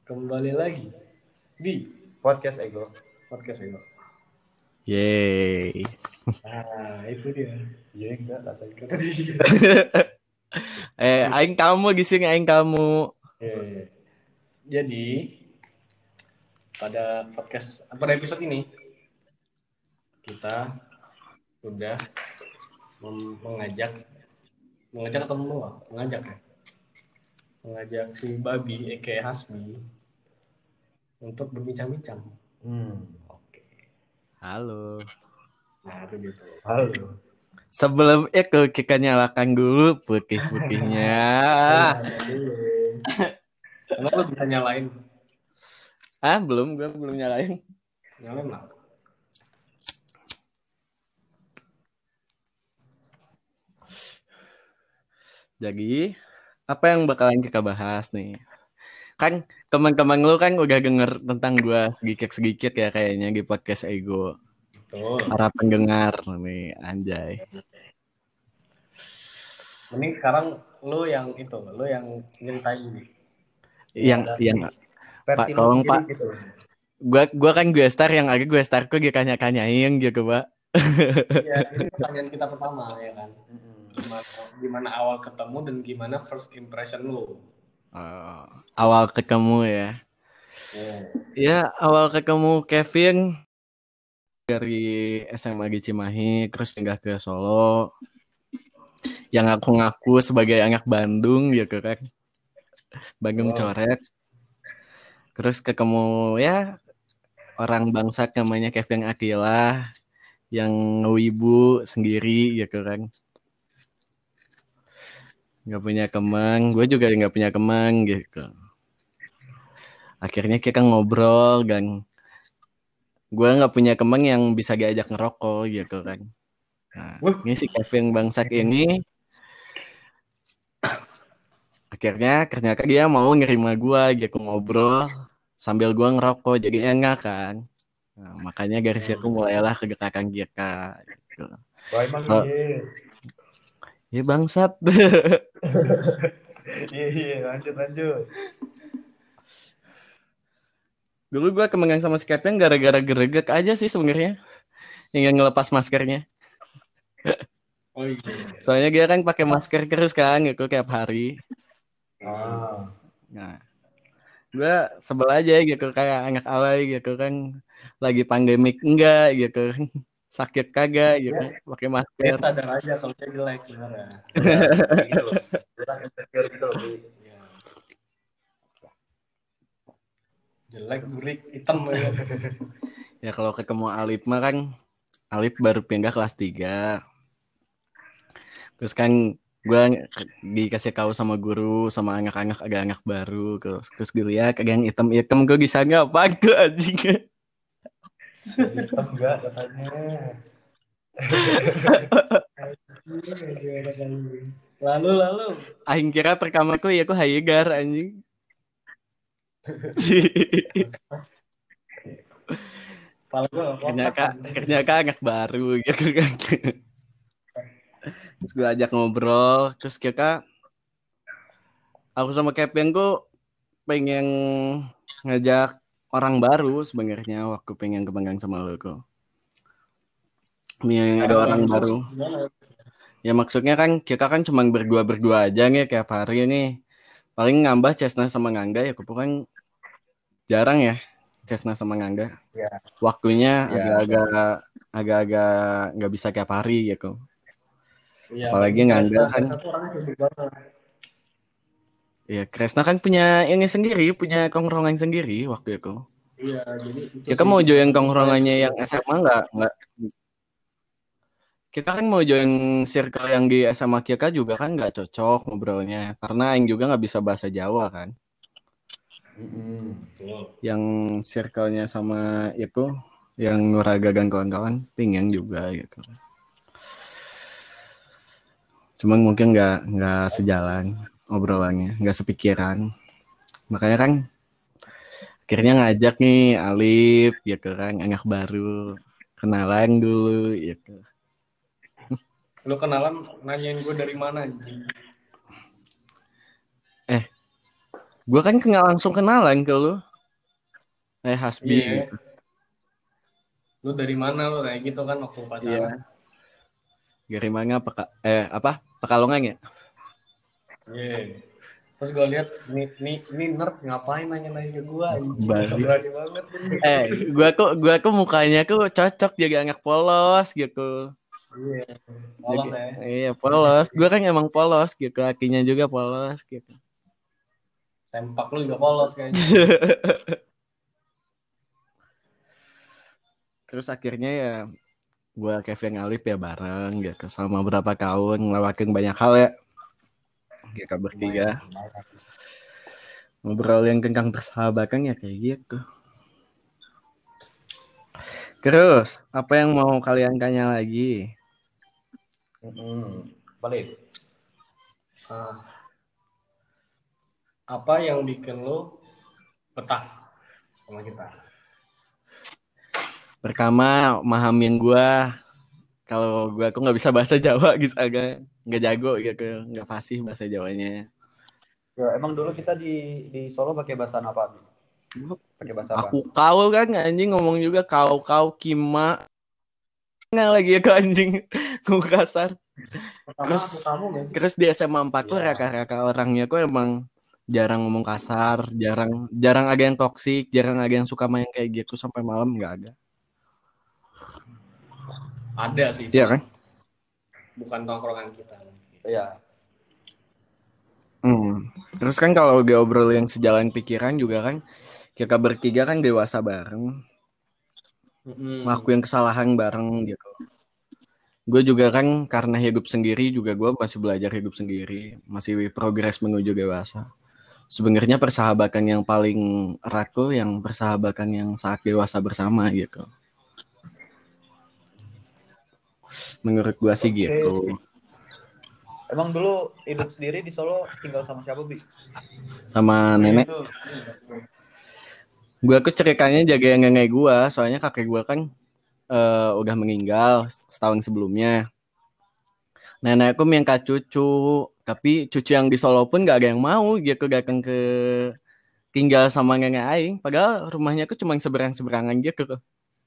Kembali lagi di Podcast Ego. podcast Ego. Yeay. Nah, itu dia. Iya enggak kata dia. Aing kamu gising aing kamu. Jadi pada episode ini kita sudah mengajak atau mengajak si Babi Eke Hasmi untuk berbincang-bincang. Oke. Halo. Nah, itu gitu. Halo. Sebelum itu kita nyalakan dulu putih-putihnya. Emang lu bisa nyalain? Gue belum nyalain. Nyalain lah. Jadi, apa yang bakalan kita bahas nih? Kan teman-teman lu kan udah denger tentang gua sedikit-sedikit ya kayaknya di podcast Ego. Betul. Para pendengar nih, anjay. Mending sekarang lu yang nyeritain nih. Yang Pak, Versi tolong lu Pak. gitu. Gua kan gue star yang agak gue starku dia kanyain gitu, Pak. Iya, ini pertanyaan kita pertama ya kan. Gimana awal ketemu dan gimana first impression lu? Awal ketemu ya. Ya, awal ketemu Kevin dari SMA di Cimahi, terus pindah ke Solo. Yang aku ngaku sebagai anak Bandung gitu kan. Bandung coret. Terus ketemu ya orang bangsat namanya Kevin Akila yang wibu sendiri gitu kan. Gak punya teman, gue juga gak punya teman gitu. Akhirnya kita ngobrol dan gue gak punya teman yang bisa diajak ngerokok gitu kan. Nah, ini si Kevin bangsat ini akhirnya ternyata dia mau nerima gue gitu ngobrol sambil gue ngerokok, jadi enggak kan. Nah, makanya dari situ mulailah kedekatan kita gitu. Ya bangsat. Iya, lanjut. Dulu gue kemengang sama si Kevin gara-gara geregek aja sih sebenarnya. Hingga ngelepas maskernya. Oh iya. Soalnya dia kan pakai masker terus kan gitu tiap hari. Nah, gue sebel aja gitu kayak anak alay gitu kan. Lagi pandemik enggak gitu. Sakit kagak gitu pakai masker. Dia sadar aja kalau dia jelek sebenarnya. Gitu loh. Kurang insecure gitu loh. Jelek, burik, hitam ya. Ya kalau ketemu Alip mah kan Alip baru pindah kelas 3. Terus kan gue dikasih tahu sama guru sama anak-anak agak anak baru terus gue lihat yang hitam gue bisa nggak apa gue anjing. Hitam enggak katanya. Lalu Aing kira pertamaku ya aku Hayegar anjing. Ternyata anak baru gitu kan. Terus gue ajak ngobrol, terus aku sama Kevin gue pengen ngajak orang baru sebenarnya waktu pengen kebanggaan sama lo kok. Yang ada orang baru. Ya maksudnya kan kita kan cuma berdua aja nih tiap hari nih. Paling ngambah Cesna sama Ngangga ya kupu kan jarang ya Cesna sama Ngangga. Ya. Waktunya agak-agak nggak bisa tiap hari gitu. Ya, apalagi Ngangga kan. Ya Kresna kan punya ini sendiri, punya kongrongan sendiri waktu itu. Iya, jadi kita mau join kongrongannya yang SMA nggak. Kita kan mau join circle yang di SMA kita juga kan nggak cocok ngobrolnya, karena Aing juga nggak bisa bahasa Jawa kan. Yang circle-nya sama itu, yang Nuraga dan kawan-kawan, pingin juga gitu. Cuman mungkin nggak sejalan obrolannya, nggak sepikiran. Makanya kan akhirnya ngajak nih Alif gitu kan, anak baru, kenalan dulu gitu. Lu kenalan nanyain gue dari mana anjing? Gue kan nggak langsung kenalan ke lu. Hasbi. Iya. Lu dari mana lu kayak gitu kan waktu pacaran? Iya. Dari mana apa? Pekalongan ya? Iya. Terus gue lihat ini nerd ngapain nanya-nanya ke gue anjing. Balik. Berani banget ini. Gua kok mukanya kok cocok jadi anak polos gitu. Iya. Polos ya. Iya, polos. Gua kan emang polos gitu, kakinya juga polos gitu. Tempak lu juga polos kayaknya. Terus akhirnya ya gua Kevin Alif ya bareng gitu sama beberapa tahun ngelewatin banyak hal ya. Kita bertiga ngobrol yang tentang persahabatan ya kayak gitu. Terus apa yang mau kalian tanya lagi? Balik. Apa yang bikin lu betah sama kita? Pertama, mahamin gua kalau gua aku nggak bisa bahasa Jawa gitu, agak nggak jago gitu, nggak fasih bahasa Jawanya. Ya, emang dulu kita di Solo pakai bahasa apa? Pakai bahasa apa? Aku kau kan anjing ngomong juga kau kima nggak lagi ya ke anjing gue kasar. Terus di SMA 4 tuh raka-raka orangnya kok emang jarang ngomong kasar, jarang ada yang toksik, jarang ada yang suka main kayak gitu sampai malam, nggak ada. Ada sih. Iya kan? Bukan tongkrongan kita. Iya. Terus kan kalau diobrol yang sejalan pikiran juga kan kita bertiga kan dewasa bareng, ngelakuin kesalahan bareng gitu. Gue juga kan karena hidup sendiri juga gue masih belajar hidup sendiri, masih progres menuju dewasa. Sebenarnya persahabatan yang paling erat tuh yang persahabatan yang saat dewasa bersama gitu. Menurut gue sih gitu. Emang dulu hidup sendiri di Solo tinggal sama siapa, Bi? Sama nenek. Gue tuh ceritanya jaga yang nenek gue, soalnya kakek gue kan udah meninggal setahun sebelumnya. Nenekku minta cucu, tapi cucu yang di Solo pun gak ada yang mau gitu datang ke tinggal sama nenek aing. Padahal rumahnya tuh cuma seberang-seberangan gitu.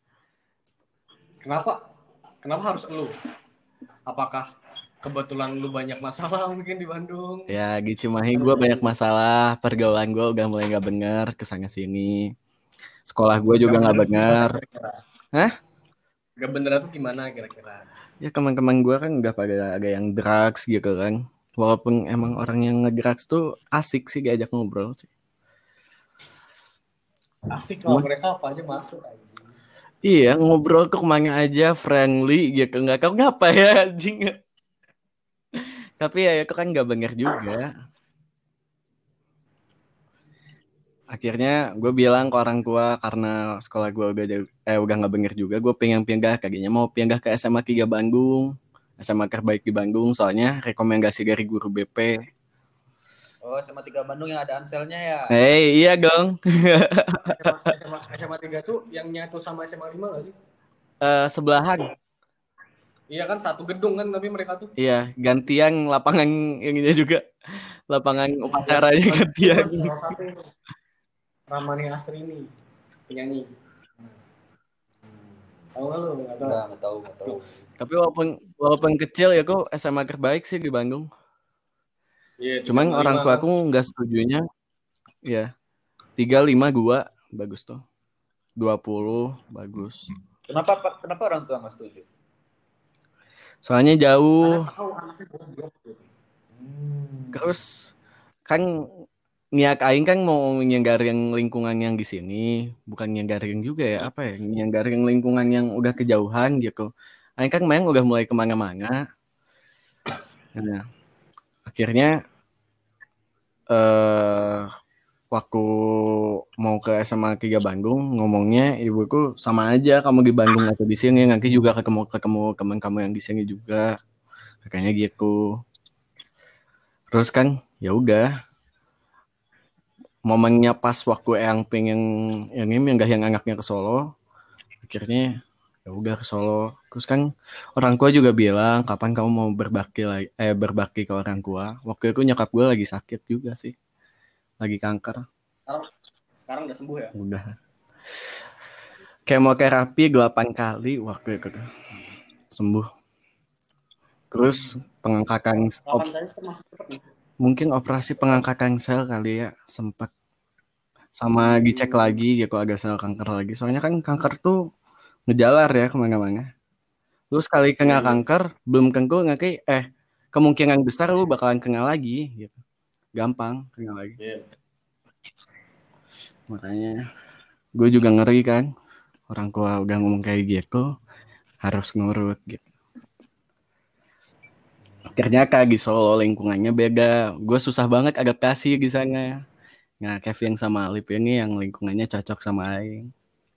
Kenapa harus lu? Apakah kebetulan lu banyak masalah mungkin di Bandung? Ya di Cimahi gue banyak masalah, pergaulan gue udah mulai gak bener kesana sini. Sekolah gue juga gak bener. Hah? Gak bener tuh gimana kira-kira? Ya teman-teman gue kan udah pada ada yang drugs gitu kan. Walaupun emang orang yang ngedrugs tuh asik sih diajak ngobrol sih. Asik kalau mereka apa aja masuk aja. Iya, ngobrol ke kemana aja, friendly gitu. Nggak tahu ngapa ya, anjing. Tapi ya itu kan nggak bener juga. Akhirnya gue bilang ke orang tua karena sekolah gue udah nggak bener juga, gue pengen pindah, kayaknya mau pindah ke SMA 3 Bandung, SMA terbaik di Bandung, soalnya rekomendasi dari guru BP. Oh, SMA 3 Bandung yang ada Anselnya ya? Iya dong. SMA 3 tuh yang nyatu sama SMA 5 nggak sih? Sebelahan. Iya kan satu gedung kan tapi mereka tuh. Iya, gantian lapangan ininya juga. Lapangan upacaranya gantian. Ramani Astri ini penyanyi. Tahu nggak lu? Nggak tahu. Tapi walaupun kecil ya kok SMA terbaik sih di Bandung. Iya. Cuman orang tua aku nggak setujunya. Ya, 35 gua bagus tuh. 20 bagus. Kenapa orang tua nggak setuju? Soalnya jauh. Terus kan niat aing kan mau nyenggaring lingkungan yang di sini, bukan nyenggaring juga ya, apa ya? Nyenggaring lingkungan yang udah kejauhan gitu. Aing kan main udah mulai kemana-mana. Nah, akhirnya waktu mau ke SMA 3 Bandung ngomongnya ibuku sama aja kamu di Bandung atau di sini, nanti juga ketemu teman kamu yang di sini juga. Kayaknya gitu. Terus kan ya udah momennya pas waktu yang pengen yang anaknya ke Solo, akhirnya ya udah ke Solo. Terus kan orang tua juga bilang kapan kamu mau berbakti ke orang tua. Waktu itu nyokap gue lagi sakit juga sih. lagi kanker. Sekarang udah sembuh ya? Udah. Kemoterapi 8 kali waktu itu. Sembuh. Terus pengangkatan mungkin operasi pengangkatan sel kali ya, sempat. Sama dicek lagi gitu ada sel kanker lagi. Soalnya kan kanker tuh ngejalar ya kemana-mana. Terus kali kena kanker belum tentu nanti kemungkinan besar lu bakalan kena lagi gitu. Gampang kena lagi. Makanya gue juga ngeri kan. Orang tua udah ngomong kayak gitu harus nurut gitu. Ternyata di Solo lingkungannya beda. Gue susah banget adaptasi di sana. Nah, Kevin sama Alip ini yang lingkungannya cocok sama Aing.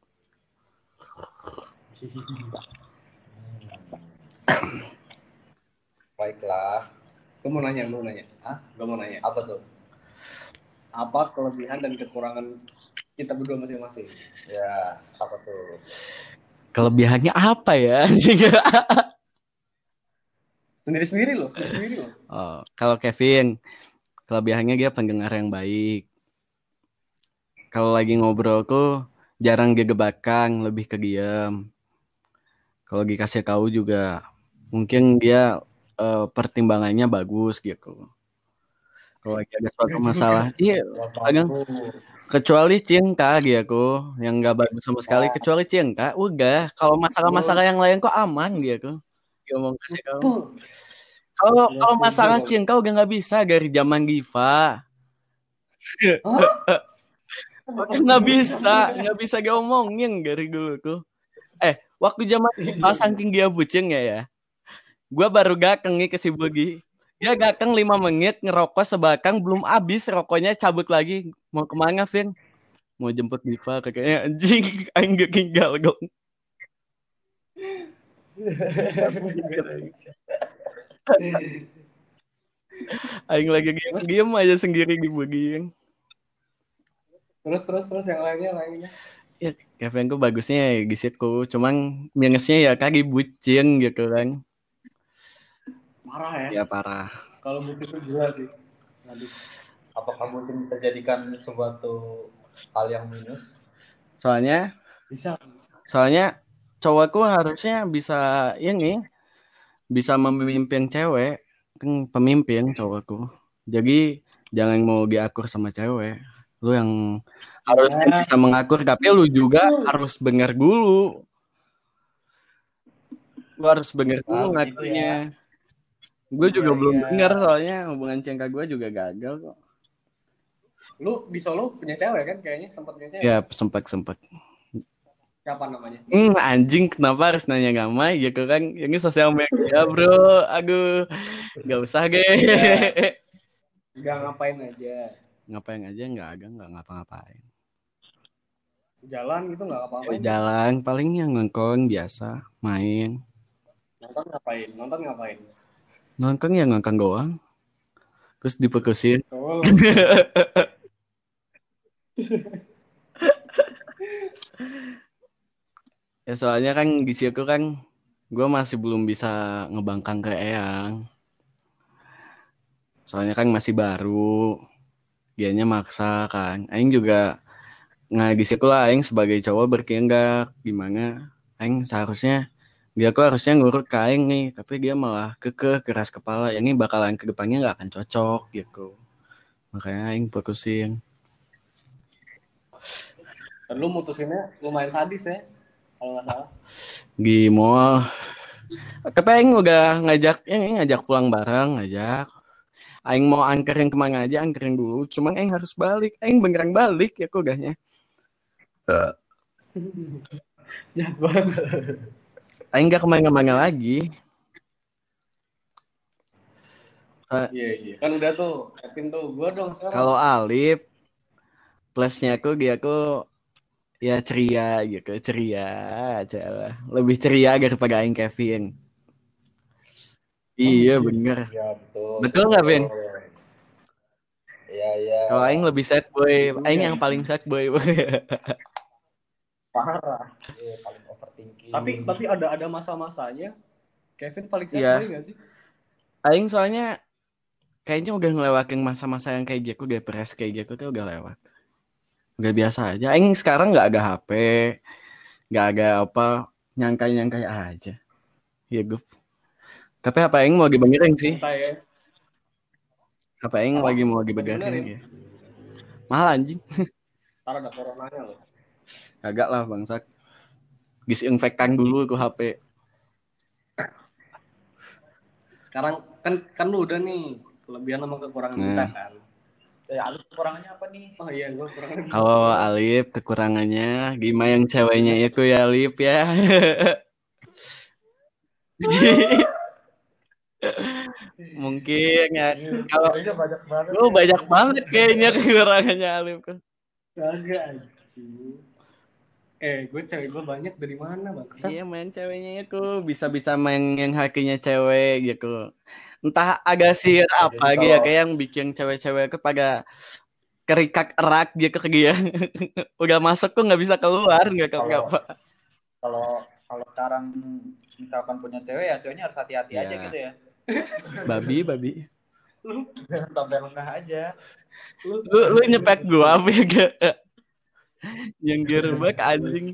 Baiklah. Gue mau nanya. Hah? Gue mau nanya. Apa tuh? Apa kelebihan dan kekurangan kita berdua masing-masing? Ya, apa tuh? Kelebihannya apa ya? Sendiri-sendiri loh. Oh, kalau Kevin, kelebihannya dia pendengar yang baik. Kalau lagi ngobrol tuh jarang gegebakan, lebih ke diam. Kalau dikasih tahu juga mungkin dia pertimbangannya bagus gitu. Kalau lagi ada suatu masalah, iya, agak kecuali cinta dia kok yang nggak bagus sama sekali. Kecuali cinta, udah. Kalau masalah-masalah yang lain kok aman dia kok. Dia mau kasih tahu. Kalau masalah cinta udah nggak bisa dari zaman Diva. nggak bisa diomongin dari dulu tuh. Waktu zaman Diva saking dia bucin ya. Gue baru gakeng nih ke si Bogi. Dia gakeng 5 menit ngerokok sebakang belum habis rokoknya cabut lagi. Mau kemana, Vin? Mau jemput Diva kayaknya anjing aing gak tinggal dong. Aing lagi diem aja sendiri di Bogi. Terus yang lainnya. Ya, Kevin tuh bagusnya di situ, cuman minusnya ya kaki bucin gitu kan. Parah ya? Ya parah. Kalau bucin itu gila sih. Apakah mungkin bisa jadikan suatu hal yang minus? Soalnya cowokku harusnya bisa bisa memimpin cewek, kan pemimpin cowokku. Jadi jangan mau diakur sama cewek. Lu yang harusnya bisa mengakur, tapi lu juga harus dengar dulu. Lu harus dengar dulu ngaturnya. Gue juga belum dengar soalnya hubungan cinta gue juga gagal kok. Lu di Solo punya cewek kan kayaknya? Sempat punya cewek? Ya sempat. Siapa namanya? Anjing kenapa harus nanya nama gitu kan? Ini sosial media bro. Aduh gak usah ge. Gak ngapain aja? Ngapain aja nggak ngapa-ngapain. Jalan gitu nggak apa-apain? Jalan paling yang ngengkong biasa main. Nonton ngapain? Nongkrong ya ngengkong doang. Terus diperkusin. Ya soalnya kan di situ kan gue masih belum bisa ngebangkang ke Eyang. Soalnya kan masih baru. Dianya maksa kan. Aing juga di situ lah Aing sebagai cowok bertindak gimana. Aing seharusnya dia kok harusnya ngurut ke Aing nih, tapi dia malah keras kepala. Ini bakalan ke depannya nggak akan cocok gitu. Makanya Aing fokusin. Dan lu mutusinnya lumayan sadis ya, kalau nggak salah. Di mall. Tapi Aing udah ngajak pulang bareng, Aing mau anterin kemana aja, anterin dulu. Cuman Aing harus balik. Aing beneran balik ya kok gahnya. Jahat banget. Aing gak kemana-mana lagi. Iya. Kan udah tuh, Kevin tuh. Gua dong sekarang. Kalau Alip, plusnya dia ya ceria gitu. Lebih ceria daripada Aing Kevin. Iya bener. Iya betul. Betul nggak Vin? Iya. Kalau Aing lebih sad boy. Aing yang paling sad boy. Parah. Iya, paling overthinking. Tapi ada masa-masanya Kevin paling sad boy nggak sih? Aing soalnya kayaknya udah ngelewatin masa-masa yang kayak gitu, depres kayak gitu tuh udah lewat. Udah biasa aja. Aing sekarang nggak ada HP, nggak ada apa, nyangkai aja. Ya gue. Tapi apa Aing mau dibenerin sih? Santai ya. Apa Aing Apa? lagi mau Mau dibenerin dibenerin? ya? Mahal anjing. Ntar ada coronanya loh. Kagak lah bangsat. Disinfektan dulu ke HP. Sekarang kan lu udah nih kelebihan sama kekurangan kita kan. Alif kekurangannya apa nih? Oh iya, gue kurang. Kalau Alif kekurangannya gimana yang ceweknya itu ya Alif ya. Mungkin ya kalau banyak banget. lu banyak banget kayaknya kekurangannya Alif kan. Kagak anjing. Gue cewek gue banyak dari mana bangsa? Iya main ceweknya itu bisa main yang hakinya cewek gitu. Entah agak sihir apa gitu ya kayak yang bikin cewek-cewek itu pada kerikak erak gitu ke dia. Udah masuk tuh nggak bisa keluar nggak apa. Kalau sekarang misalkan punya cewek ya ceweknya harus hati-hati aja gitu ya. Babi. Lu sampai lengah aja. Lu nyepek gua apa ya gak? Yang gerbek anjing.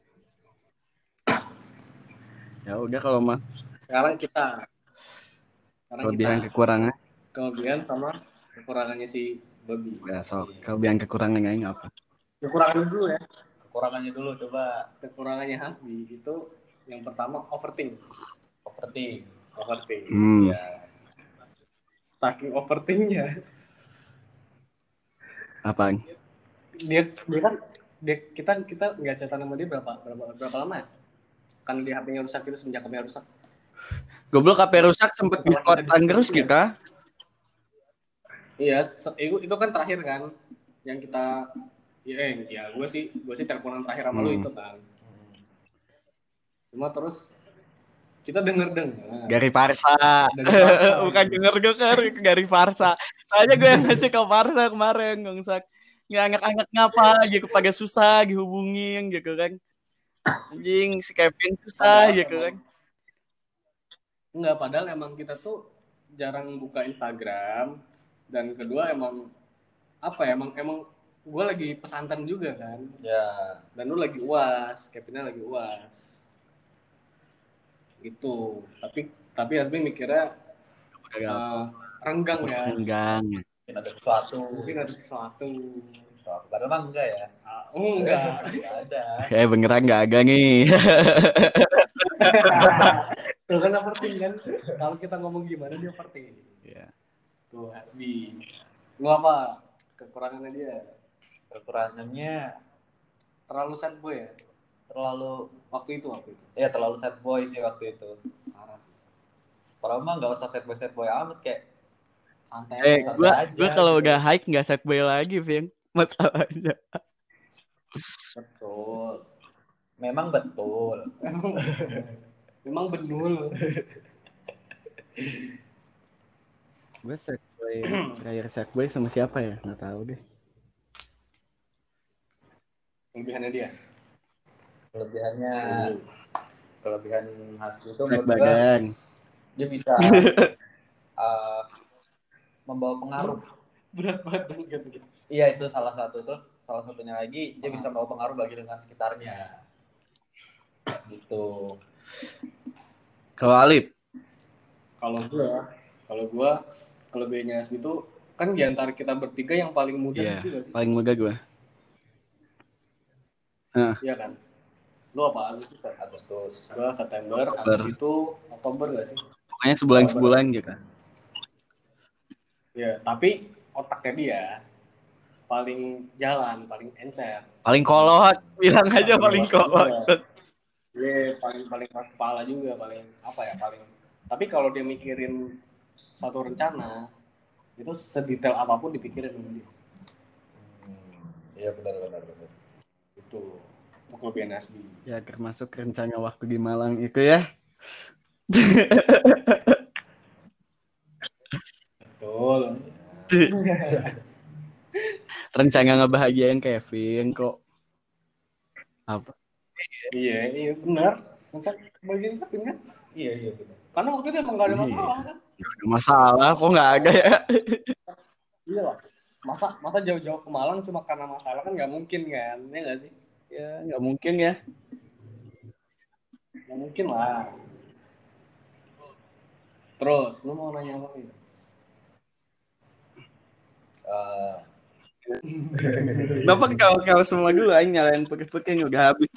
Ya udah kalau mah. Sekarang Kelebihan kekurangan. Kelebihan sama kekurangannya si Babi. Ya so kelebihan kekurangannya ini apa? Kekurangannya dulu ya. Kekurangannya dulu coba. Kekurangannya Hasbi itu yang pertama overthink. Ya. Saking overthinknya. Apaan? Kita nggak chatan sama dia berapa lama ya? Kan di HP-nya rusak itu semenjak HP-nya rusak. Goblok HP rusak sempet Discord-an terus kita. Iya, itu kan terakhir kan yang kita gue sih teleponan terakhir sama lu itu kan. Cuma terus kita dengar Gary Farsa. Bukan Gary Farsa. Soalnya gue yang ngasih ke Farsa kemarin ngongsak. Ngangkat ngapa gitu pada susah dihubungin gitu kan. Anjing si Kevin susah gitu kan. Enggak, padahal emang kita tuh jarang buka Instagram dan kedua emang gue lagi pesantren juga kan. Ya. Dan lu lagi UAS, Kevinnya lagi UAS. Gitu. Tapi Hasbi mikirnya renggang ya. Mungkin ada sesuatu. Padahal mah enggak ya. Enggak. Enggak ada. Beneran enggak ada nih. Tuh kan overthink kan. Kalau kita ngomong gimana dia overthink. Iya. Tuh Hasbi. Lu apa kekurangannya dia? Kekurangannya terlalu sad boy ya? Terlalu waktu itu. Iya, terlalu sad boy sih waktu itu. Parah mah enggak usah sad boy amat kayak santai aja. Gue kalau udah hike enggak sad boy lagi, Vin. Masalahnya. Betul. Memang betul. Memang benul. Gue segway, terakhir segway sama siapa ya? Nggak tahu deh. Kelebihannya dia? Kelebihan Hasbi itu menurut gue dia bisa membawa pengaruh. Berat badan gitu. Iya, itu salah satu. Terus salah satunya lagi dia bisa membawa pengaruh bagi lingkungan sekitarnya. Gitu. Kalau Alif? Kalau gua kelebihannya Hasbi itu kan di antara kita bertiga yang paling muda juga sih. Paling muda gua. Iya kan? Lu apa? Agustus. Gua September. Hasbi itu Oktober gak sih? Pokoknya sebulan gitu. Ya, tapi otaknya dia paling jalan, paling encer. Paling kolot, bilang aja paling kolot. Dia paling keras kepala juga, paling. Tapi kalau dia mikirin satu rencana, itu sedetail apapun dipikirin sama dia. Iya, benar. Itu kelebihan Hasbi. Ya, termasuk rencana waktu di Malang itu ya. Betul. Rencana ngebahagiain Kevin kok. Apa? Iya benar. Rencana bagian Kevin kan? Iya benar. Karena waktu itu emang gak ada masalah kan? Gak masalah, kok nggak ada ya? Iya lah. Masa jauh-jauh ke Malang cuma karena masalah kan nggak mungkin kan? Ya nggak sih? Ya, nggak mungkin ya. Nggak mungkin lah. Terus, lu mau nanya apa nih? Kenapa kau semua dulu aing nyalain peke-peke udah habis.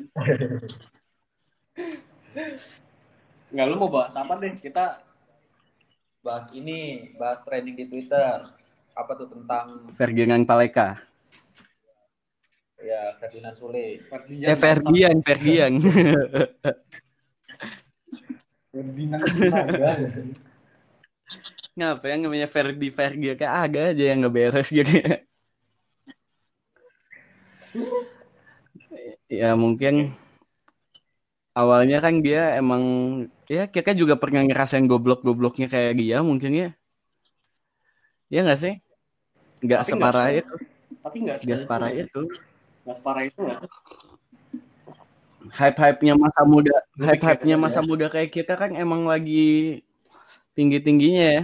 Nggak, lu mau bahas apa deh? Kita bahas trending di Twitter. Apa tuh tentang Ferdinand Paleka. ya Ferdinand Sule. Ferdian. Ferdinand Sinaga. Ngapa yang namanya Ferdi kayak ada aja yang nggak beres gitu. Ya mungkin awalnya kan dia emang ya kita juga pernah ngerasain gobloknya kayak dia mungkin ya. Ya nggak sih? Nggak separah itu. Tapi nggak separah itu. Nggak separah itu nggak? Hype-hypenya masa muda kayak kita kan emang lagi tinggi-tingginya ya.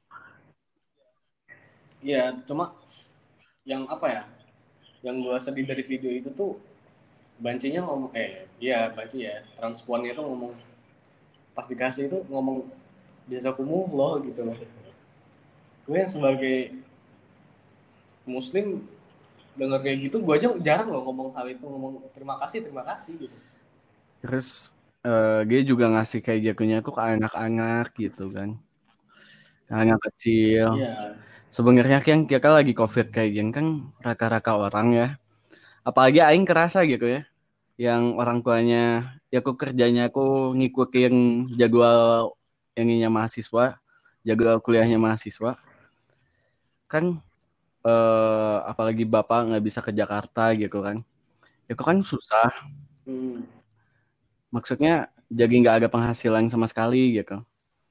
Iya, cuma yang apa ya? Yang gue sedih dari video itu tuh Bancinya ngomong, Banci ya, transpuannya tuh ngomong, pas dikasih itu ngomong jazakumullah gitu loh. Gue yang sebagai muslim denger kayak gitu, gue aja jarang loh ngomong hal itu, ngomong terima kasih gitu. Terus dia juga ngasih kayak jagonya aku ke anak-anak gitu kan. Anak kecil. Iya. Sebenarnya kan kita lagi COVID kayak gini kan raka-raka orang ya. Apalagi aing kerasa gitu ya. Yang orang tuanya ya aku kerjanya aku ngikutin jadwal ininya mahasiswa, jadwal kuliahnya mahasiswa. Kan apalagi bapak nggak bisa ke Jakarta gitu kan. Itu kan susah. Maksudnya jadi nggak ada penghasilan sama sekali gitu.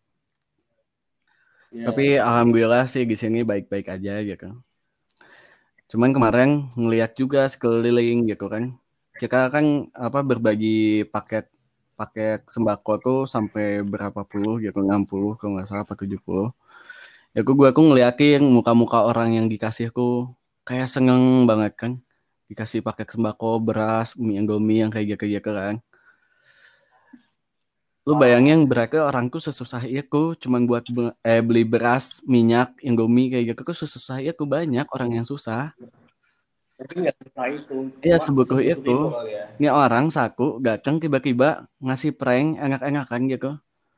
Yeah. Tapi alhamdulillah sih di sini baik-baik aja gitu. Cuman kemarin ngelihat juga sekeliling gitu kan. Kita kan berbagi paket sembako tuh sampai berapa puluh gitu, 60 kalau nggak salah apa 70. Ya gue ngeliatin muka-muka orang yang dikasih aku kayak seneng banget kan. Dikasih paket sembako, beras, mie Indomie yang kayak gitu kan. Lu bayangin berarti orangku sesusah itu cuman buat beli beras, minyak, Indomie kayak gitu sesusah itu banyak orang yang susah. Tapi nggak susah itu. Iya sebutuh itu. Ini orang saku datang tiba-tiba ngasih prank enak-enakan gitu.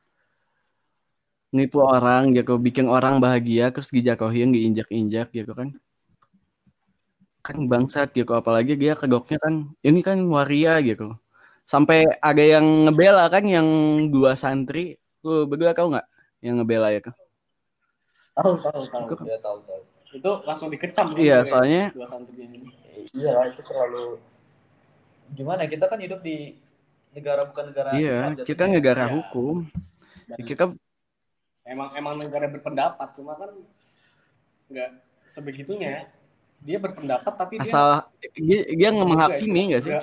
Nipu orang gitu, bikin orang bahagia terus dijatuhin, diinjak-injak gitu kan. Kan bangsat gitu, apalagi dia kedoknya kan ini kan waria gitu. Sampai ada yang ngebela kan yang 2 santri. Lu berdua tahu nggak yang ngebela ya kan? Tahu. Ya, tahu. Itu langsung dikecam kan? Iya, soalnya 2 santri ini. Iya, itu terlalu gimana? Kita kan hidup di negara bukan negara. Iya, kita negara hukum. Kita emang negara berpendapat, cuma kan nggak sebegitunya. Dia berpendapat tapi asal dia nggak menghakimi nggak sih?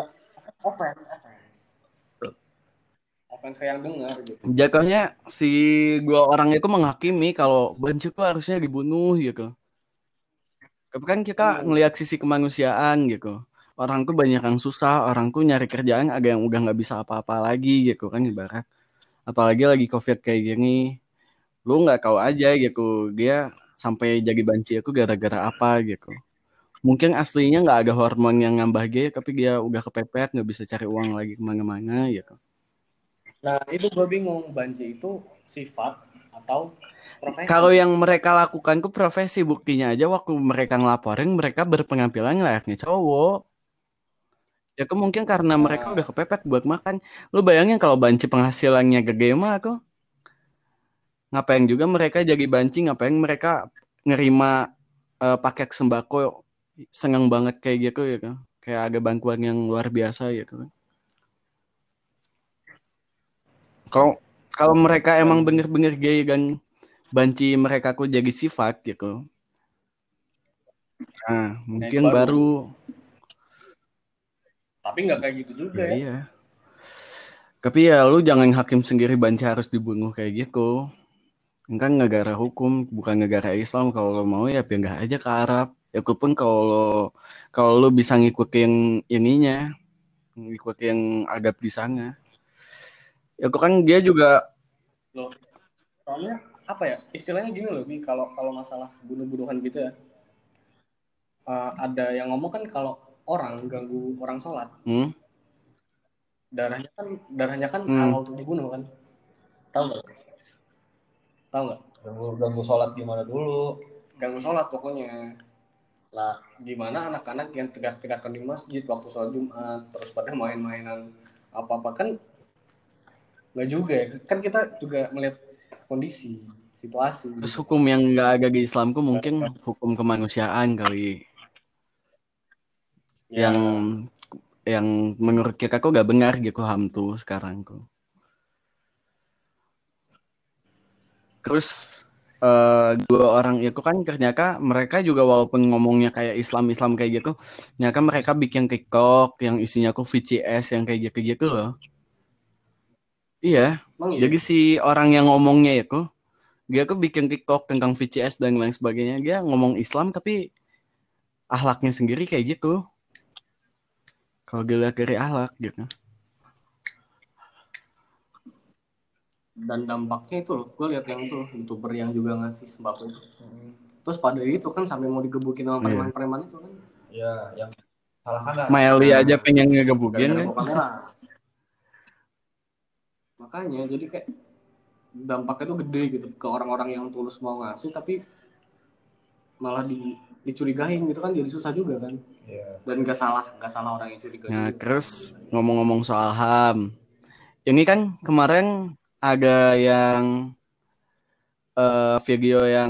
Offense kayak yang dengar gitu. Jatuhnya si dua orang itu menghakimi kalau Banci itu harusnya dibunuh gitu. Tapi kan kita ngelihat sisi kemanusiaan gitu. Orang tuh banyak yang susah, orang tuh nyari kerjaan ada yang udah nggak bisa apa-apa lagi gitu kan ibarat. Apalagi lagi COVID kayak gini, lu nggak tahu aja gitu dia sampai jadi banci aku gara-gara apa gitu. Mungkin aslinya nggak ada hormon yang nambah dia, tapi dia udah kepepet nggak bisa cari uang lagi kemana-mana gitu. Nah itu gue bingung, banci itu sifat atau profesi? Kalau yang mereka lakukan tuh profesi, buktinya aja waktu mereka ngelaporin mereka berpenampilan layaknya cowok. Ya aku mungkin karena mereka udah kepepet buat makan. Lu bayangin kalau banci penghasilannya gede mah aku. Ngapain juga mereka jadi banci, ngapain mereka ngerima paket sembako seneng banget kayak gitu ya kan. Kayak ada bantuan yang luar biasa ya kan. Kalau mereka emang bener-bener gay dan banci mereka kok jadi sifat gitu. Nah, mungkin baru. Tapi nggak kayak gitu juga ya. Iya. Tapi ya lu jangan hakim sendiri banci harus dibunuh kayak gitu. Kan negara hukum, bukan negara Islam. Kalau lo mau ya pindah aja ke Arab. Ya pun kalau lo bisa ngikutin ininya, ngikutin adab di sana. Ya kan dia juga Loh, soalnya apa ya? Istilahnya gini loh, Bi, kalau kalau masalah bunuh-bunuhan gitu ya. Ada yang ngomong kan kalau orang ganggu orang sholat, darahnya kan halal untuk dibunuh kan. Tahu nggak? Tahu nggak? Ganggu sholat gimana dulu? Ganggu sholat pokoknya. Lah, gimana anak-anak yang tegak-tegakan di masjid waktu sholat Jumat, terus pada main-mainan apa-apa kan nggak juga ya. Kan kita juga melihat kondisi, situasi. terus Gitu. hukum yang nggak ada di Islamku mungkin hukum kemanusiaan kali. Ya, Yang menurut kita kok gak benar gitu HAM tuh sekarang kok. Terus dua orang itu kan ternyata mereka juga walaupun ngomongnya kayak Islam kayak gitu, ternyata mereka bikin TikTok yang isinya kok VCS yang kayak gitu loh. Iya. emang iya. Jadi si orang yang ngomongnya itu dia tuh bikin TikTok tentang VCS dan lain sebagainya. Dia ngomong Islam tapi akhlaknya sendiri kayak gitu. Kalau dilihat dari akhlak gitu. Dan dampaknya itu loh, gue lihat yang itu youtuber yang juga ngasih sembako itu. Terus pada itu kan sampai mau digebukin sama preman-preman itu kan. Ya, yang salah sangka. Miley aja pengen ngegebukin Gara-gara kan. bawa kamera. Makanya jadi kayak dampaknya tuh gede gitu ke orang-orang yang tulus mau ngasih tapi malah dicurigain gitu kan, jadi susah juga kan. Dan nggak salah orang yang curiga Nah, juga. terus ngomong-ngomong soal HAM. Ini kan kemarin ada yang video yang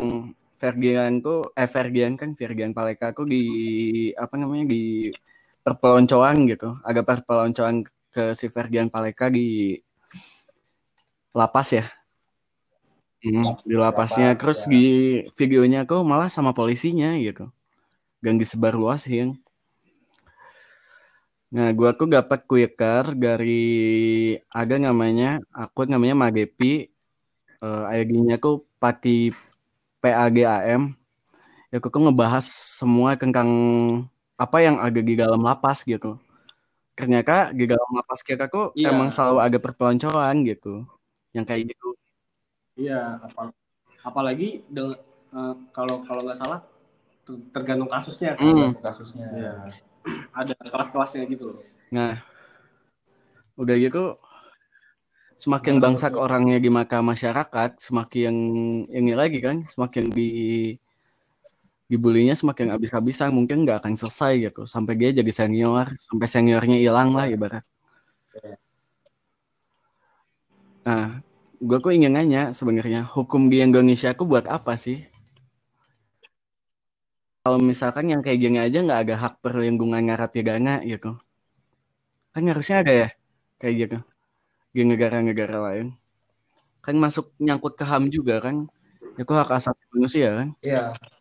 Fergian Paleka tuh di apa namanya di perpeloncoan gitu. Ada perpeloncoan ke si Fergian Paleka di lapas ya. Di lapasnya. Terus ya. di videonya tuh malah sama polisinya gitu. Dan disebarluasin. Nah, gua tuh dapat quicker dari ada akun namanya Magepi, ID-nya tuh Pati PAGAM. Ya aku ngebahas semua tentang apa yang ada di dalam lapas gitu. Ternyata di dalam lapas kita tuh emang Iya, selalu ada perpeloncoan gitu. Yang kayak gitu. iya. Apalagi dengan kalau kalau nggak salah tergantung kasusnya kan. Kasusnya. Iya. Ada kelas-kelasnya gitu loh. Nah, udah gitu semakin bangsak orangnya di mata masyarakat, semakin ini lagi kan, semakin dibulinya semakin habis-habisan, mungkin nggak akan selesai gitu sampai dia jadi senior, sampai seniornya hilang lah ibarat. Nah, gue kok ingin nanya sebenarnya hukum di Indonesia aku buat apa sih? Kalau misalkan yang kayak gini aja nggak ada hak perlindungan narapidana gitu, kan harusnya ada ya kayak gitu di negara-negara lain. Kan masuk nyangkut ke HAM juga kan, itu hak asasi manusia kan. Iya.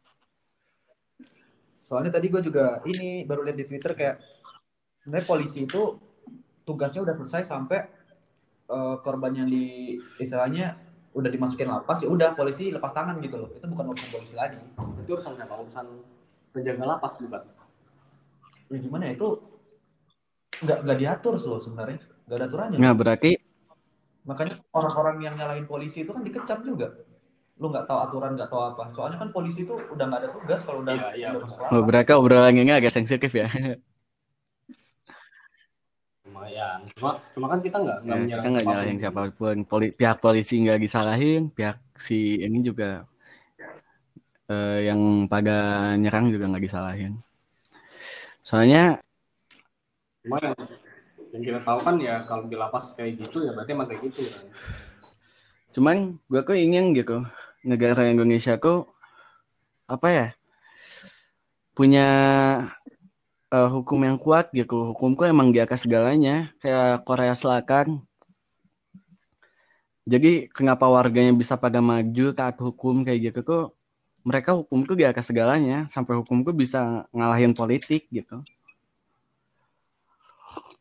Soalnya tadi gue juga ini baru lihat di Twitter kayak sebenarnya polisi itu tugasnya udah selesai sampai korban yang di istilahnya udah dimasukin lapas, ya udah polisi lepas tangan gitu loh. Itu bukan urusan polisi lagi. Itu urusan apa? Urusan penjaga lapas bukan? Ya gimana ya, itu nggak diatur loh sebenarnya, nggak ada aturannya. Nah berarti makanya orang-orang yang nyalain polisi itu kan dikecam juga. Lu nggak tahu aturan, nggak tahu apa. Soalnya kan polisi itu udah nggak ada tugas kalau udah masuk lapas. mereka obrolan ini agak sensitif ya. Lumayan. Cuma kan kita nggak Nah, kita menyerang nggak nyalahin siapapun. Pihak polisi nggak disalahin, pihak si ini juga yang pada nyerang juga nggak disalahin. Soalnya Cuma yang kita tahu kan ya kalau di lapas kayak gitu ya berarti emang kayak gitu kan. cuman gue kok ingin gitu negara Indonesia kok apa ya punya hukum yang kuat gitu. Hukumku emang di atas segalanya kayak Korea Selatan. Jadi kenapa warganya bisa pada maju taat hukum kayak gitu kok mereka hukumku di atas segalanya sampai hukumku bisa ngalahin politik gitu.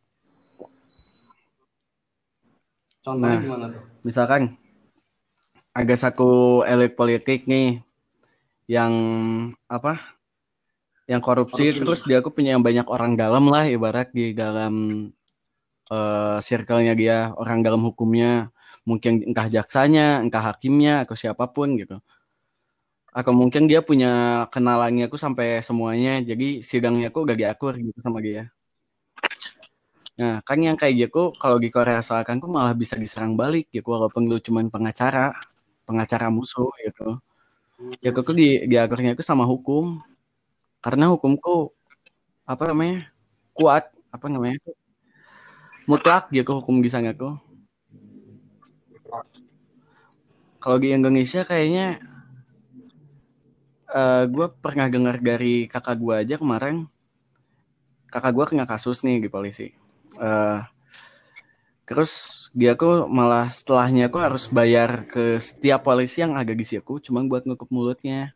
Contohnya gimana tuh? Misalkan ada satu elit politik nih yang apa? Yang korupsi, Korupsi. terus dia punya banyak orang dalam lah, ibarat di dalam circle-nya dia, orang dalam hukumnya, mungkin entah jaksanya, entah hakimnya, atau siapapun gitu. Atau mungkin dia punya kenalannya aku sampai semuanya, jadi sidangnya aku gak diatur gitu sama dia. Nah, kan yang kayak gitu, kalau di Korea Selatan tuh malah bisa diserang balik gitu, walaupun lu cuman pengacara musuh gitu. Ya aku tuh diaturnya itu sama hukum, karena hukumku apa namanya kuat, apa namanya mutlak gitu hukum di sana tuh. Kalau di Indonesia kayaknya gue pernah dengar dari kakak gue aja kemarin, kakak gue kena kasus nih di polisi. Terus dia tuh malah setelahnya aku harus bayar ke setiap polisi yang ada di situ cuma buat nutup mulutnya.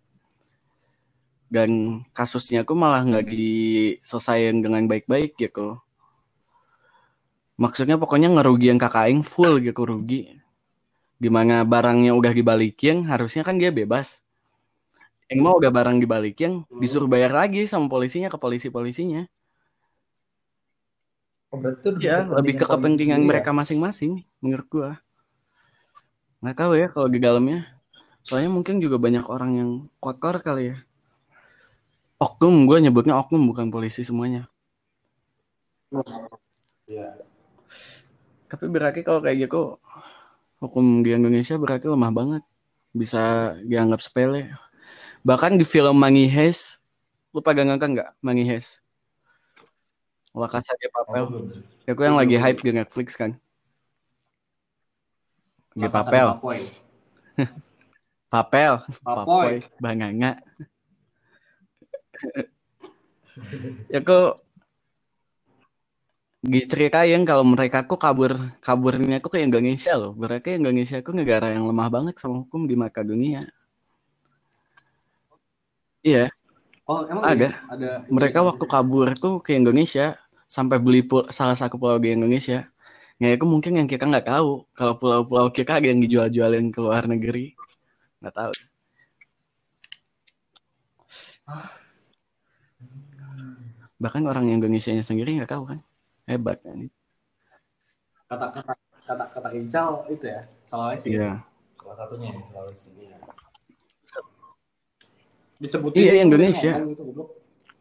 Dan kasusnya aku malah nggak diselesain dengan baik-baik gitu. Maksudnya pokoknya ngerugiin kakak aing full gitu rugi. Dimana barangnya udah dibalikin, harusnya kan dia bebas. Yang mau udah barang dibalikin, disuruh bayar lagi sama polisinya ke polisi-polisinya. Oh, berarti itu Ya, lebih ke polisi kepentingan sendiri ya? mereka masing-masing, menurut gua. Nggak tahu ya kalau di dalamnya. Soalnya mungkin juga banyak orang yang kotor kali ya. Oknum, gue nyebutnya oknum bukan polisi semuanya. Iya. Tapi berarti kalau kayak gitu, hukum di Indonesia berarti lemah banget. Bisa dianggap sepele. Bahkan di film Money Heist, lu pada nonton nggak Money Heist? La Casa de Papel. Ya, aku yang lagi hype di Netflix kan. Di La Casa de Papel. Papel. Papel. Papoy. Banganga. Ya kok diceritain kalau mereka kok kaburnya kok ke Indonesia loh. Berarti Indonesia kok negara yang lemah banget sama hukum di mata dunia. Iya, Oh, emang ada. iya? Ada Mereka Indonesia waktu gitu? kabur tuh ke Indonesia sampai beli salah satu pulau di Indonesia. Nah, itu mungkin yang kita nggak tahu. Kalau pulau-pulau kita ada yang dijual-jualin ke luar negeri, nggak tahu. Bahkan orang Indonesianya sendiri nggak tahu kan. Hebat kan. Kata Ical itu ya, Sulawesi. Iya. Salah satunya ya, Sulawesi. Disebutin Iya, sih Indonesia. ngomong gitu, goblok.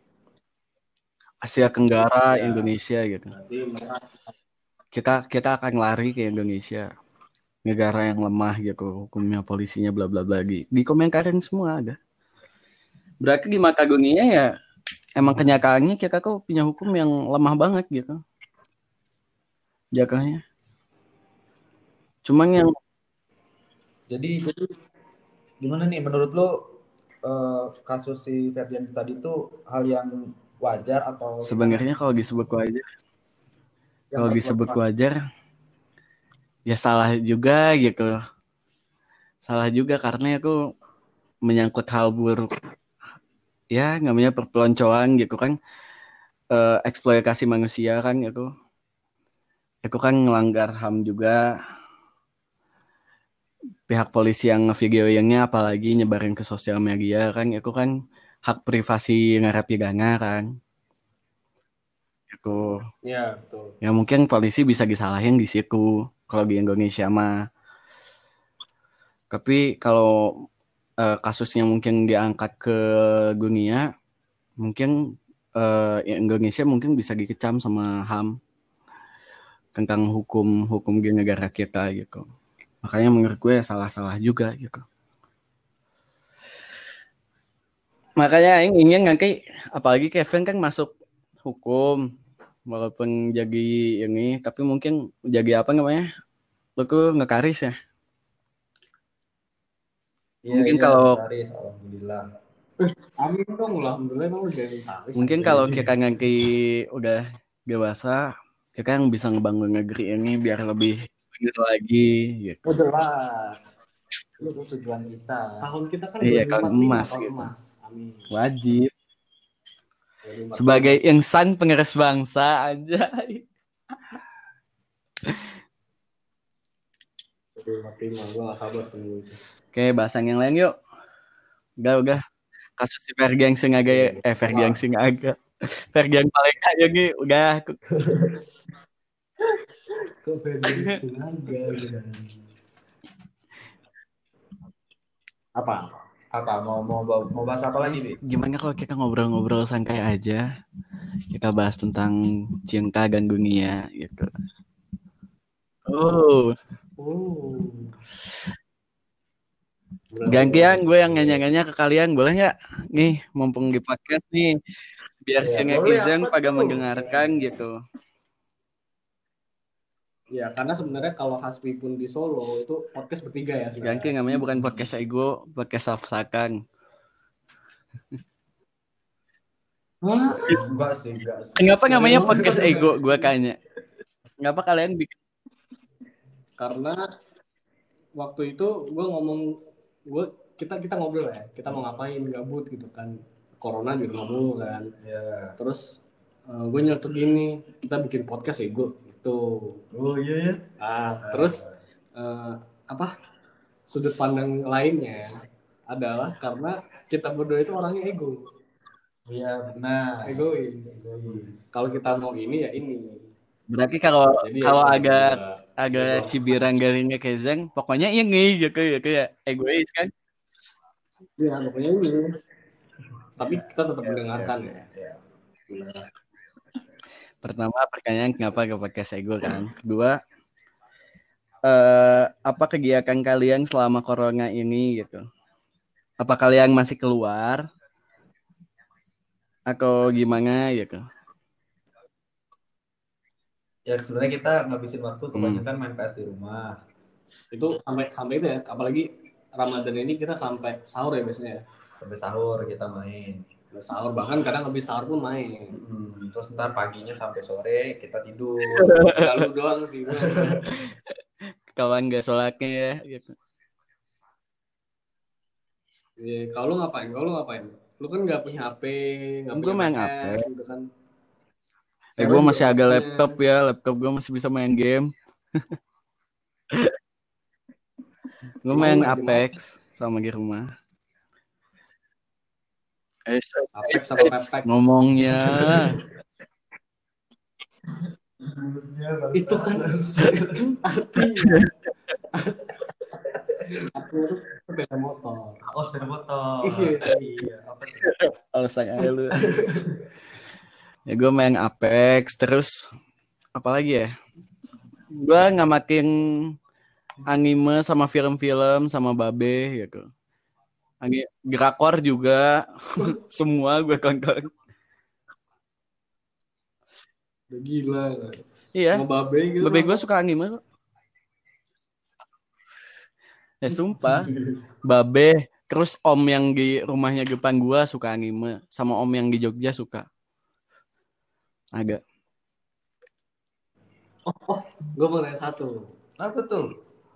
Asia Tenggara, Ya. Indonesia gitu. Berarti mereka Kita akan lari ke Indonesia. Negara yang lemah gitu, hukumnya, polisinya, bla bla bla. Dikomentarin semua ada. Berarti di mata dunia ya emang kenyataannya kita kok punya hukum yang lemah banget gitu. Jaganya. Cuman yang Jadi gimana nih menurut lo kasus si Ferdian tadi itu hal yang wajar atau sebenarnya kalau disebut wajar ya salah juga gitu. Salah juga karena aku menyangkut hal buruk. Ya namanya perpeloncoan gitu kan. Eksploitasi manusia kan aku kan ngelanggar HAM juga. Pihak polisi yang ngevideoinnya apalagi nyebarin ke sosial media kan aku kan hak privasi narapidana kan. Aku ya betul. ya mungkin polisi bisa disalahin di situ kalau di Indonesia mah. Tapi kalau kasusnya mungkin diangkat ke dunia, mungkin Indonesia mungkin bisa dikecam sama HAM tentang hukum di negara kita gitu. Makanya menurut gue salah-salah juga gitu. Makanya ingin nanti apalagi Kevin kan masuk hukum walaupun jadi ini tapi mungkin jadi apa namanya? Lu tuh ngekaris ya. Iya, Mungkin iya, kalau Karis, alhamdulillah. Amin dong, alhamdulillah emang udah taris. mungkin kalau kita nanti udah dewasa, kita yang bisa ngebangun negeri ini biar lebih bener lagi gitu. Oh, jelas. Itu tujuan kita. Tahun kita kan Iya, kan 2045, emas tahun gitu. emas. Amin. Wajib 2045. sebagai insan penerus bangsa aja. 45. Gue gak sabar tunggu itu. Oke, bahasan yang lain yuk. Udah. Kasus si Ferdi yang sengaja Ferdi yang sengaja. Ferdi yang paling kaya nih, udah. Kok Ferdi yang sengaja gitu. Apa Mau bahas apa lagi, Bi? Gimana kalau kita ngobrol-ngobrol santai aja? Kita bahas tentang cinta dan dunia gitu. Oh. Gantian gue yang nanya-nanya ke kalian, boleh nggak? Nih, mumpung di podcast nih, biar si netizen pada mendengarkan gitu. Ya, karena sebenarnya kalau Hasbi pun di Solo itu podcast bertiga ya. Ganti namanya bukan podcast ego, podcast self-sakan. Enggak sih. Kenapa namanya podcast ego? Gue kayaknya. Kenapa kalian bikin? Karena waktu itu gue ngomong, kita ngobrol ya, kita mau ngapain, gabut gitu kan, corona juga ngomong kan. Ya. Terus gue nyetuk gini, kita bikin podcast ego gitu. Oh iya ya. Terus apa sudut pandang lainnya adalah karena kita berdua itu orangnya ego. Iya benar. Egois. Kalau kita mau ini ya ini. Berarti kalau ya, agak cibiran garingnya kayak Zeng, pokoknya ini gitu ya egois kan? Iya pokoknya ini. Tapi kita tetap mendengarkan ya. Benar. Pertama pertanyaan kenapa gak pakai ego kan? Kedua, apa kegiatan kalian selama corona ini gitu? Apa kalian masih keluar? Atau gimana gitu? Ya sebenarnya kita ngabisin waktu kebanyakan main PS di rumah. Itu sampai itu ya, apalagi Ramadan ini kita sampai sahur ya biasanya ya. Sampai sahur kita main. Sahur bahkan kadang habis sahur pun main. Terus ntar paginya sampai sore kita tidur. Lalu doang sih. Kawan gak sholatnya ya gitu. Ya, kalau lu ngapain? Lu kan nggak punya HP, nggak punya main PS gitu kan. Gue masih agak laptop gue masih bisa main game. Gue main Apex sama di rumah. Apex sama Apex. Ngomongnya. Itu kan artinya sepeda motor. Oh sepeda motor. Iya. Alasan aja lu. Ya gue main Apex terus apa lagi ya? Gue ngamatin anime sama film-film sama babe gitu. Drakor juga semua gue tonton. Gila. Iya. Sama babe gitu. Babe gue suka anime kok. Ya sumpah. Babe, terus om yang di rumahnya depan gue suka anime, sama om yang di Jogja suka. Agak. Gue mau nanya satu. Apa tuh?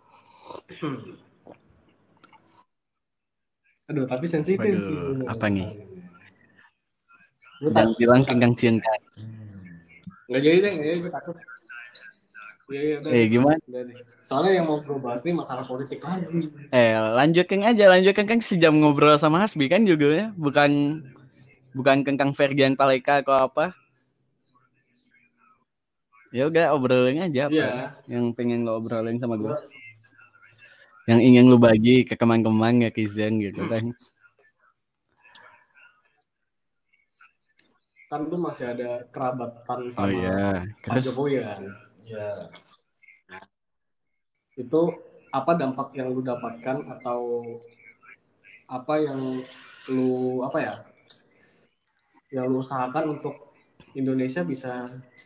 Aduh, tapi sensitif sih. Apa nih? Jangan bilang kenggang cinta. Nggak jadi deh, gue takut. Iya, gimana? Soalnya yang mau gue bahas nih masalah politik lagi. Lanjutkan kan sejam ngobrol sama Hasbi kan juga ya, bukan kengkang Ferdian Paleka atau apa. Ya udah obrolin aja apa yang pengen lo obrolin sama gue. Yang ingin lo bagi ke kemang-kemang ya Kizen gitu kan. Kan tuh masih ada kerabatan sama Pak Jokowi kan. Ya. Nah, itu apa dampak yang lu dapatkan atau apa yang lu yang lu usahakan untuk Indonesia bisa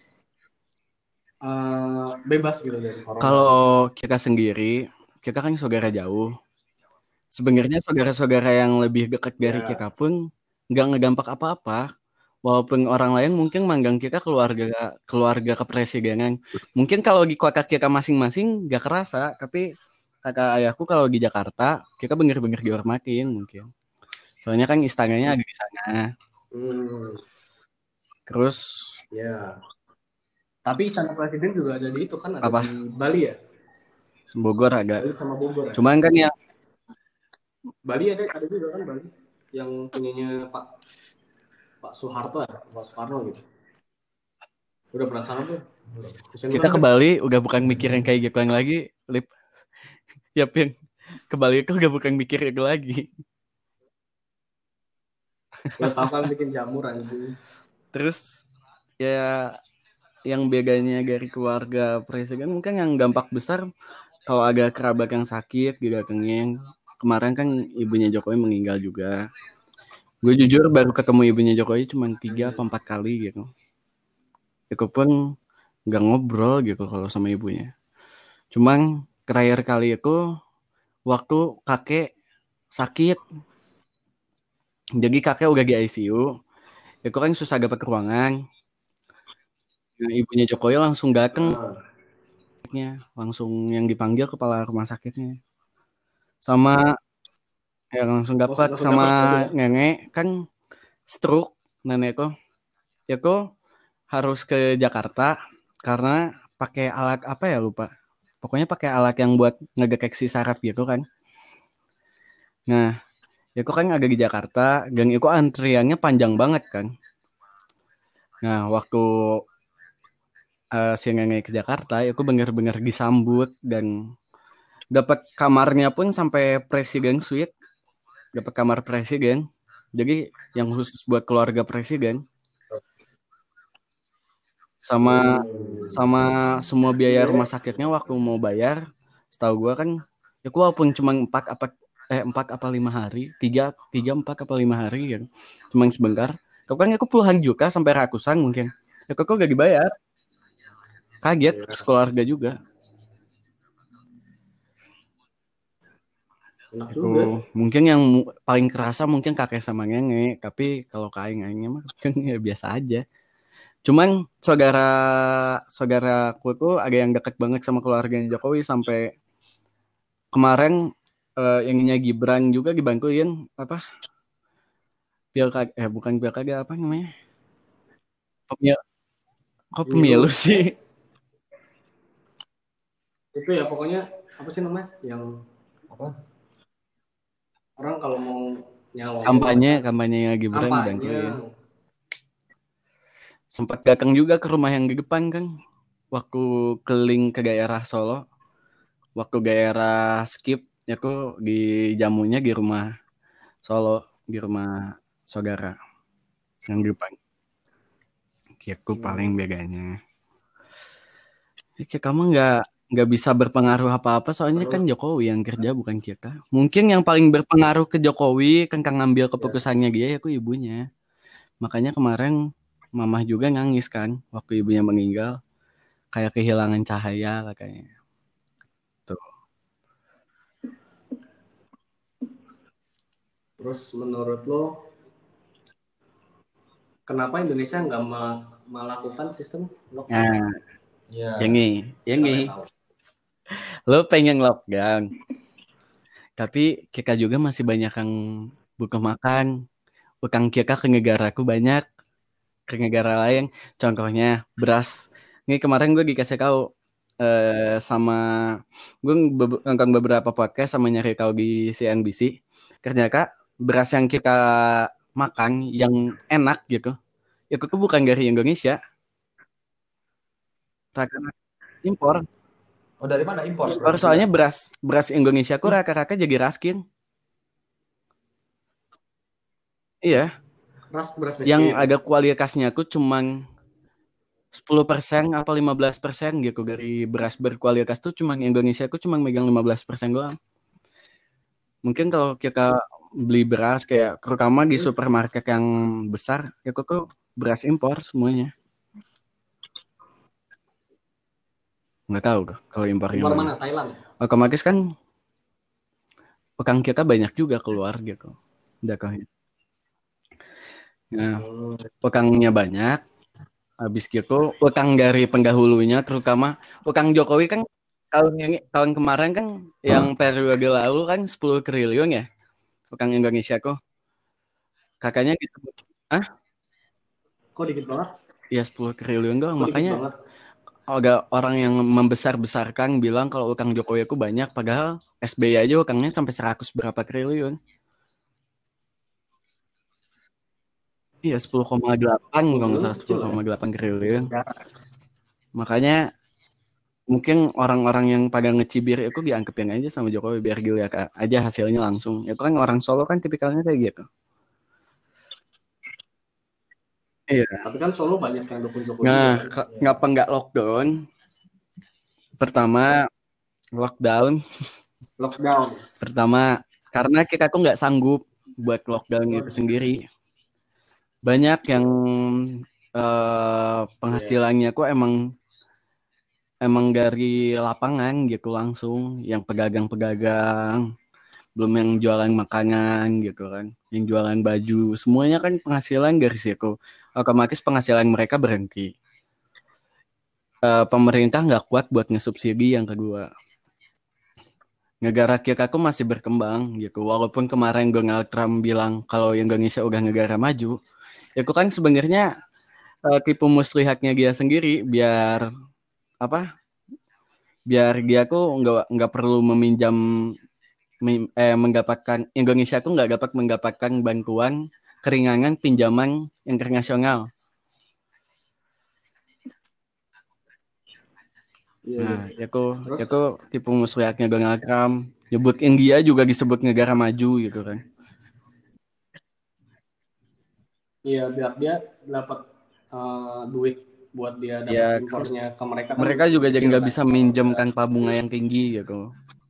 bebas gitu dari corona? Kalau kita sendiri, kita kan saudara jauh. Sebenarnya saudara-saudara yang lebih dekat dari kita pun nggak ngedampak apa-apa. Walaupun orang lain mungkin manggang kita keluarga kepresidenan. Mungkin kalau di kota kita masing-masing nggak kerasa, tapi kakak ayahku kalau di Jakarta kita bener-bener dihormatin mungkin. Soalnya kan istananya ada di sana. Terus ya. Tapi istana presiden juga ada di itu kan, ada di Bali ya? Bogor agak. Bali sama Bogor. Cuman kan yang Bali ada juga kan Bali yang punyanya Pak Soeharto ya, Pak Soekarno gitu. Udah pernah sana tuh? Kita ke Bali udah bukan mikir yang kayak gitu lagi, Lip. Yap, yang ke Bali itu udah bukan mikir itu lagi. Udah tahu kan bikin jamur anjing. Terus ya yang bedanya dari keluarga presiden mungkin yang dampak besar kalau ada kerabat yang sakit juga kengeng. Kemarin kan ibunya Jokowi meninggal juga. Gue jujur baru ketemu ibunya Jokowi cuma 3 atau 4 kali gitu. Itu pun nggak ngobrol gitu kalau sama ibunya. Cuman terakhir kali itu waktu kakek sakit. Jadi kakek udah di ICU. Itu kan susah dapat ruangan. Nah, ibunya Jokowi langsung datang. Langsung yang dipanggil kepala rumah sakitnya. Sama ya langsung dapat sama nenek kan stroke nenekku. Ya kok harus ke Jakarta karena pakai alat apa ya lupa. Pokoknya pakai alat yang buat ngedeteksi saraf gitu kan. Nah, ya kok kan ada di Jakarta dan itu antriannya panjang banget kan. Nah, waktu si nenek ke Jakarta, aku bener-bener disambut dan dapat kamarnya pun sampai presiden suite, dapat kamar presiden. Jadi yang khusus buat keluarga presiden. Sama semua biaya rumah sakitnya waktu mau bayar, setahu gue kan, ya walaupun cuma 4 apa 5 hari, 4 apa 5 hari ya, cuma sebentar. Kau kan aku puluhan juta sampai ratusan mungkin. Ya kok gak dibayar. Kaget sekeluarga juga. Aku mungkin yang paling kerasa mungkin kakek sama nenek, tapi kalau aing-aingnya mah kan ya biasa aja. Cuman saudaraku tuh ada yang deket banget sama keluarganya Jokowi sampai kemarin yang Gibran juga dibantuin apa? Pilkada bukan pilkada apa namanya? Pemilu. Kok pemilu sih? Itu ya pokoknya apa sih namanya? Yang Apa? Orang kalau mau nyalon kampanye Gibran dibantuin. Sempat datang juga ke rumah yang di depan kan. Waktu keliling ke daerah Solo. Waktu daerah Skip ya aku di jamunya di rumah Solo, di rumah saudara yang di depan. Aku paling bedanya. Kamu nggak bisa berpengaruh apa-apa soalnya kan Jokowi yang kerja bukan kita. Mungkin yang paling berpengaruh ke Jokowi kan ngambil keputusannya dia ya aku ibunya. Makanya kemarin mamah juga nangis kan waktu ibunya meninggal. Kayak kehilangan cahaya lah kayaknya. Tuh. Terus menurut lo kenapa Indonesia nggak melakukan sistem lockdown? Nah, yang ini. Lo pengen lockdown. Tapi kita juga masih banyak yang buka makan. Utang kita ke negaraku banyak. Ke negara lain. Contohnya beras. Ini kemarin gue dikasih tahu sama gue nonton beberapa podcast sama nyari tahu di CNBC. Ternyata beras yang kita makan yang enak gitu, itu tuh bukan dari Indonesia. Impor. Oh, dari mana impor? Impor soalnya beras Indonesia kok raka-raka jadi raskin. Iya. Beras yang ada kualitasnya aku cuman 10% apa 15% gitu dari beras berkualitas tuh cuman Indonesia aku cuman megang 15% doang. Mungkin kalau kita beli beras kayak terutama di supermarket yang besar, ya kok beras impor semuanya. Nggak tahu kalau impornya impor mana? Thailand. Otomatis kan pekan kita banyak juga keluar gitu. Dakahnya. Nah, pekangnya banyak. Habis gitu, utang dari pendahulunya, terutama utang Jokowi kan tahun kemarin kan yang periode lalu kan 10 triliun ya, utang Indonesia kok. Kakaknya disebut, Kok dikit banget? Ya 10 triliun doang, makanya agak orang yang membesar-besarkan bilang kalau utang Jokowi itu banyak, padahal SBY aja utangnya sampai 100 berapa triliun. Iya, 10,8 kalau nggak salah, kecil ya 10,8 untuk triliun. negara. Makanya mungkin orang-orang yang pada ngecibir itu dianggapin aja sama Jokowi biar dilihat aja hasilnya langsung. Itu kan orang Solo kan tipikalnya kayak gitu. Iya. Tapi kan Solo banyak yang dukung Jokowi juga Nah, kan. ngapa nggak lockdown? Pertama, lockdown. Lockdown. Pertama, karena kita tuh nggak sanggup buat lockdown itu sendiri. Banyak yang penghasilannya kok emang dari lapangan gitu langsung, yang pedagang-pedagang, belum yang jualan makanan gitu kan, yang jualan baju, semuanya kan penghasilan dari situ. Otomatis penghasilan mereka berhenti. Pemerintah nggak kuat buat ngesubsidi yang kedua. Negara kita aku masih berkembang gitu. Walaupun kemarin Donald Trump bilang kalau Indonesia udah negara maju, itu kan sebenarnya tipu muslihatnya dia sendiri biar apa? Biar dia tuh nggak perlu mendapatkan Indonesia tuh nggak dapat mendapatkan bantuan keringanan pinjaman internasional. Nah, ya kok tipu muslihatnya Donald Trump. Nyebut India juga disebut negara maju gitu kan. Iya, biar dia dapat duit buat dia dapat Ya, impornya ke mereka kan mereka juga jadi kecil nggak kan. bisa minjem tanpa bunga yang tinggi gitu.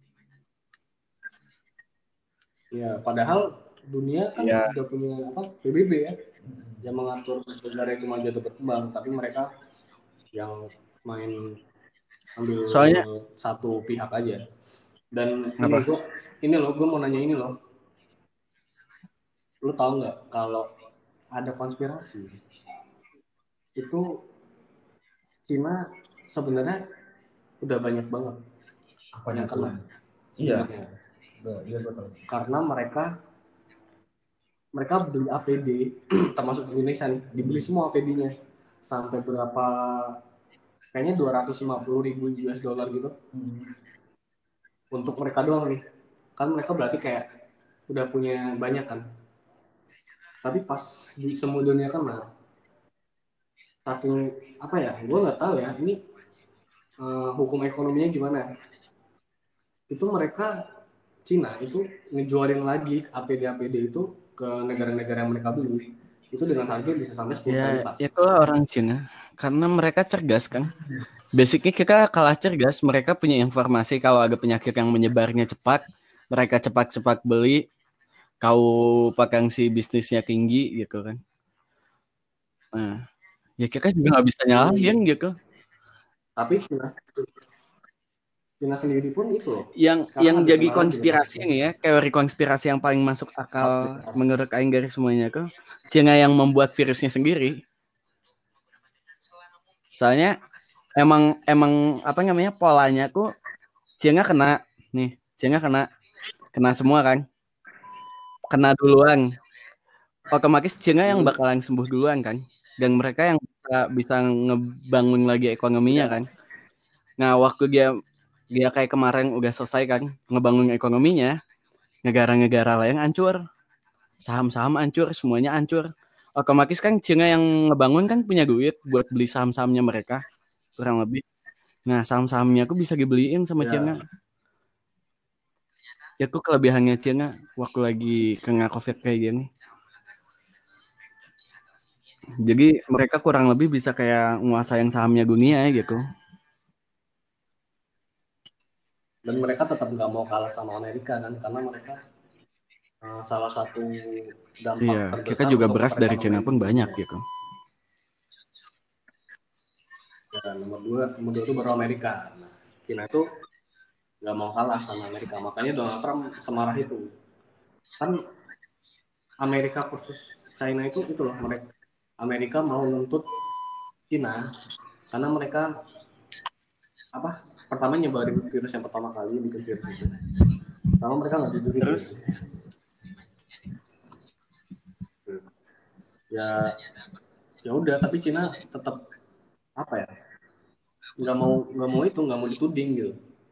Ya, padahal dunia kan Ya, udah punya PBB ya, yang mengatur negara itu maju atau berkembang, tapi mereka yang main ambil soalnya satu pihak aja. Dan apa? ini loh, gue mau nanya ini loh, lu tahu nggak kalau ada konspirasi itu Cina sebenarnya udah banyak banget yang kena sebenarnya. Iya, betul. Karena mereka beli APD termasuk Indonesia nih, dibeli semua APD-nya sampai berapa, kayaknya 250.000 US dollar gitu untuk mereka doang nih. Kan mereka berarti kayak udah punya banyak kan, tapi pas di semua dunia kena, saking apa ya, gue nggak tahu ya ini hukum ekonominya gimana. Itu mereka Cina itu ngejualin lagi APD itu ke negara-negara yang mereka beli itu dengan harga bisa sampai 10 kali Ya, lipat. itu orang Cina karena mereka cerdas kan. Basicnya kita kalah cerdas, mereka punya informasi kalau ada penyakit yang menyebarnya cepat, mereka cepat-cepat beli, kau pakai si bisnisnya tinggi gitu kan. Nah, ya kita juga nggak bisa nyalahin gitu. Tapi Cina sendiri pun itu loh. Yang Sekarang ada jadi kemarin juga konspirasi kasusnya. nih ya, teori konspirasi yang paling masuk akal Afrika. menurut Aing dari semuanya tuh, Cina yang membuat virusnya sendiri. Soalnya emang apa namanya polanya tuh Cina kena semua kan, kena duluan. Otomatis Cina yang bakalan sembuh duluan kan, dan mereka yang bisa ngebangun lagi ekonominya kan. Nah, waktu dia kayak kemarin udah selesai kan ngebangun ekonominya, negara-negara lain hancur, saham-saham hancur, semuanya hancur. Otomatis kan Cina yang ngebangun kan punya duit buat beli saham-sahamnya mereka kurang lebih. Nah, saham-sahamnya aku bisa dibeliin sama Cina. Ya aku kelebihannya Cina waktu lagi kena COVID kayak gini. Jadi mereka kurang lebih bisa kayak nguasain sahamnya dunia gitu. Dan mereka tetap nggak mau kalah sama Amerika kan, karena mereka salah satu dampak Iya, kita terbesar juga untuk beras dari Cina perekonomian pun banyak dunia. gitu. Ya, nomor dua itu baru Amerika. Nah, Cina itu nggak mau kalah sama Amerika, makanya Donald Trump semarah itu. Kan Amerika versus China itu loh, Amerika mau nuntut Cina karena mereka pertama nyebarin virus yang pertama kali bikin virus itu, kalau mereka nggak jujur itu. Terus ya udah, tapi Cina tetap nggak mau dituding gitu,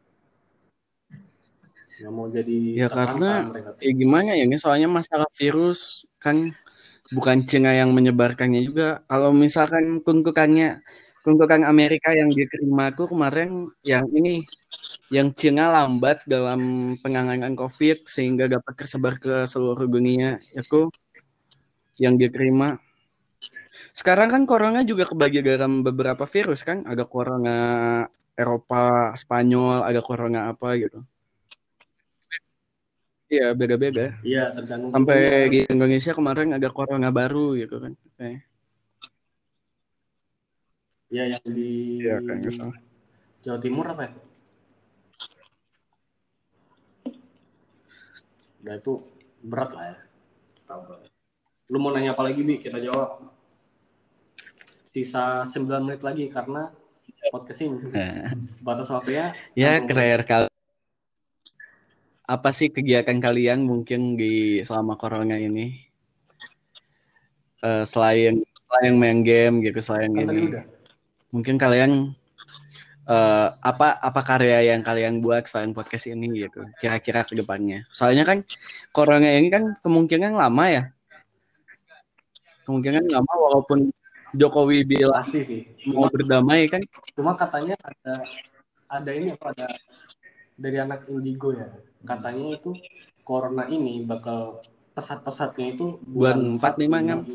nggak mau jadi Ya karena ya gimana ya, ini soalnya masalah virus kan bukan Cina yang menyebarkannya juga. Kalau misalkan kuntukan Amerika yang diterima aku kemarin yang ini, yang Cina lambat dalam penanganan COVID sehingga dapat tersebar ke seluruh dunia, itu yang diterima. Sekarang kan corona juga kebagi dalam beberapa virus kan, ada corona Eropa, Spanyol, ada corona apa gitu. Iya, beda-beda. Iya, tergantung Sampai suhunya. di Indonesia kemarin ada corona baru gitu kan. Iya, yang di Iya kan, salah. Jawa Timur apa ya? Udah itu berat lah ya. Lu mau nanya apa lagi, Bi? Kita jawab. Sisa 9 menit lagi karena podcast ini. Batas waktunya. Ya, terakhir kali. Apa sih kegiatan kalian mungkin di selama corona ini? Selain main game gitu, selain kan ini. Mungkin kalian apa karya yang kalian buat selain podcast ini gitu, kira-kira ke depannya. Soalnya kan corona ini kan kemungkinan lama ya. Kemungkinan lama walaupun Jokowi bilang pasti sih mau berdamai kan. Cuma katanya ada ini apa, ada dari anak Indigo ya. Katanya itu corona ini bakal pesat-pesatnya itu bulan 4, 5, 6.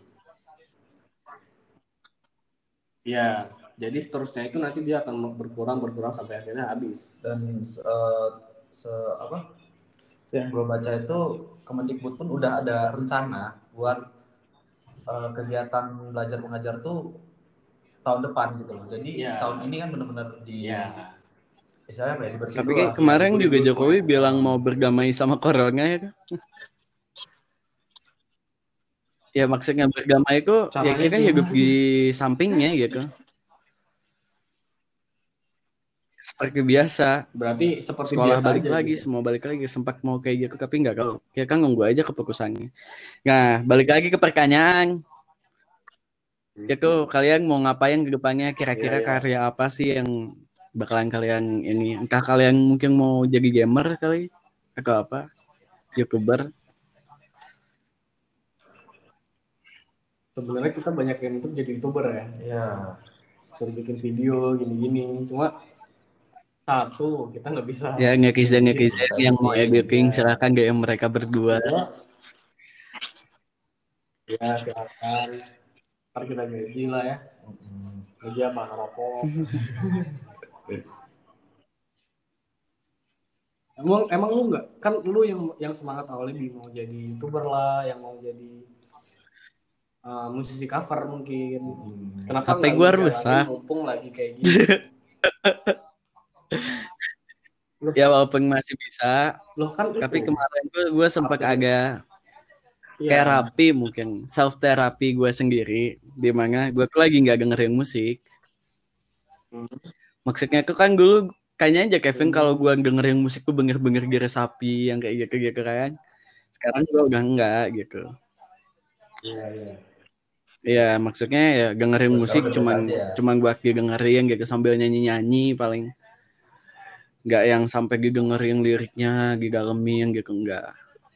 Ya, jadi seterusnya itu nanti dia akan berkurang sampai akhirnya habis. Dan yang gue baca itu Kemendikbud pun udah ada rencana buat kegiatan belajar mengajar tuh tahun depan gitu loh. Jadi tahun ini kan benar-benar istilahnya apa ya, dibersihin. Tapi kayak kemarin juga Jokowi bilang mau berdamai sama corona ya kan. Ya maksudnya berdamai itu ya kita hidup di sampingnya gitu. Seperti biasa. Berarti seperti sekolah biasa balik aja lagi, gitu. semua balik lagi, sempat mau kayak gitu tapi enggak, kalau ya kan nunggu aja keputusannya. Nah, balik lagi ke pertanyaan. Itu kalian mau ngapain ke depannya, kira-kira karya apa sih yang bakalan kalian ini? Entah kalian mungkin mau jadi gamer kali atau apa? YouTuber. Sebenarnya kita banyak yang untuk jadi YouTuber ya. Iya. Suruh bikin video gini-gini. Cuma satu, kita nggak bisa. Ya, netizen yang mau editing silakan DM mereka berdua. Ya, silakan. Ntar kita gaji lah ya. Gaji apa, rokok. Emang lu nggak? Kan lu yang semangat awalnya mau jadi YouTuber lah, yang mau jadi musisi cover mungkin. Kenapa HP gua rusak? Mumpung lagi kayak gini. Ya walaupun masih bisa. Loh kan tapi kemarin gue sempat agak terapi, mungkin self terapi gue sendiri, di mana gue tuh lagi nggak dengerin musik. Maksudnya tuh kan dulu kayaknya aja Kevin kalau gue dengerin musik tuh bener-bener diresapi yang kayak gitu kan. Sekarang gue udah enggak gitu. Iya, maksudnya ya dengerin musik cuman buat dengerin gitu sambil nyanyi paling. Nggak yang sampai dengerin liriknya, digalemin gitu, enggak.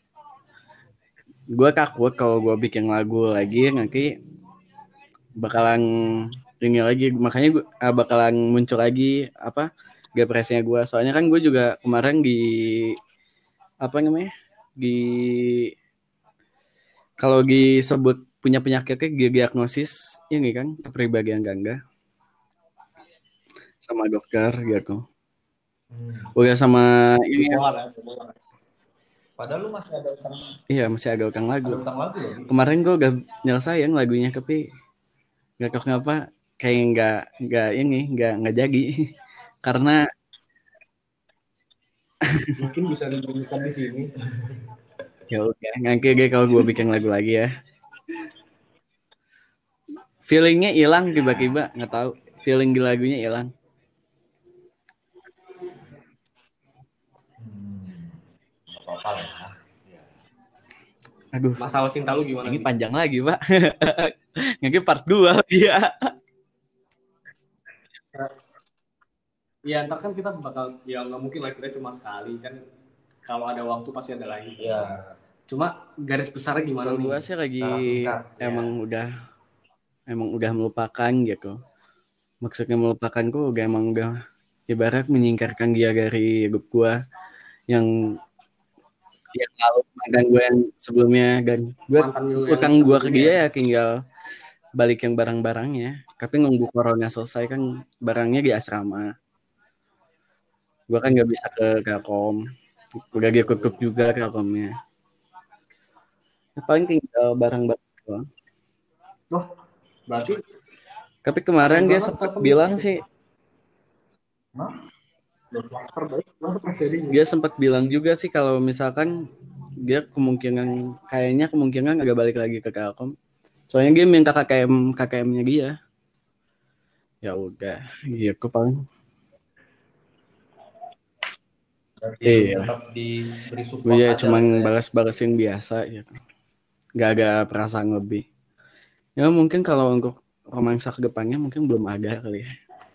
Gue takut kalau gue bikin lagu lagi nanti bakalan ini lagi, makanya gue bakalan muncul lagi apa depresinya gue. Soalnya kan gue juga kemarin kalau disebut punya penyakitnya diagnosis ini kan kepribadian ganda sama dokter gitu. Udah sama ini ya. Padahal lu masih ada utang. Iya, masih ada utang lagu. Kemarin gue udah nyelesain lagunya tapi nggak tahu kenapa kayak nggak jadi karena mungkin bisa dibunyikan di sini. Ya udah, nanti deh kalau gue bikin lagu lagi ya. Feelingnya hilang tiba-tiba, nggak tahu. Feeling di lagunya hilang. Apa ya? Aduh. Masalah cinta lu gimana? Ini panjang lagi, Pak. Nanti part 2 lagi ya. ya ntar kan kita bakal, ya nggak mungkin lah kita cuma sekali kan, kalau ada waktu pasti ada lagi. Ya. Cuma garis besarnya gimana Kalau nih? gue sih lagi Secara singkat, ya. emang udah melupakan gitu. Maksudnya melupakanku emang udah ibarat menyingkirkan dia dari hidup gue yang lalu, mantan gue yang sebelumnya, dan gue Mantan lu yang utang gue ke sebelumnya dia ya? ya tinggal balikin barang-barangnya. Tapi nunggu corona selesai kan barangnya di asrama. Gue kan nggak bisa ke Telkom. Udah ditutup juga Telkomnya. Ya, paling tinggal barang-barang doang. Oh, berarti Tapi kemarin kasian dia banget sempat Telkom bilang gitu. sih, Terbaik banget pasti dia sempat bilang juga sih kalau misalkan dia kemungkinan agak balik lagi ke Telkom. Soalnya dia minta KKM-nya dia. Ya udah, gitu paling. Iya, Tetap diberi gue support ya aja cuman lah saya. balas-balasin biasa gitu. Gak ada perasaan lebih. Ya mungkin kalau untuk romansa ke depannya mungkin belum ada kali ya.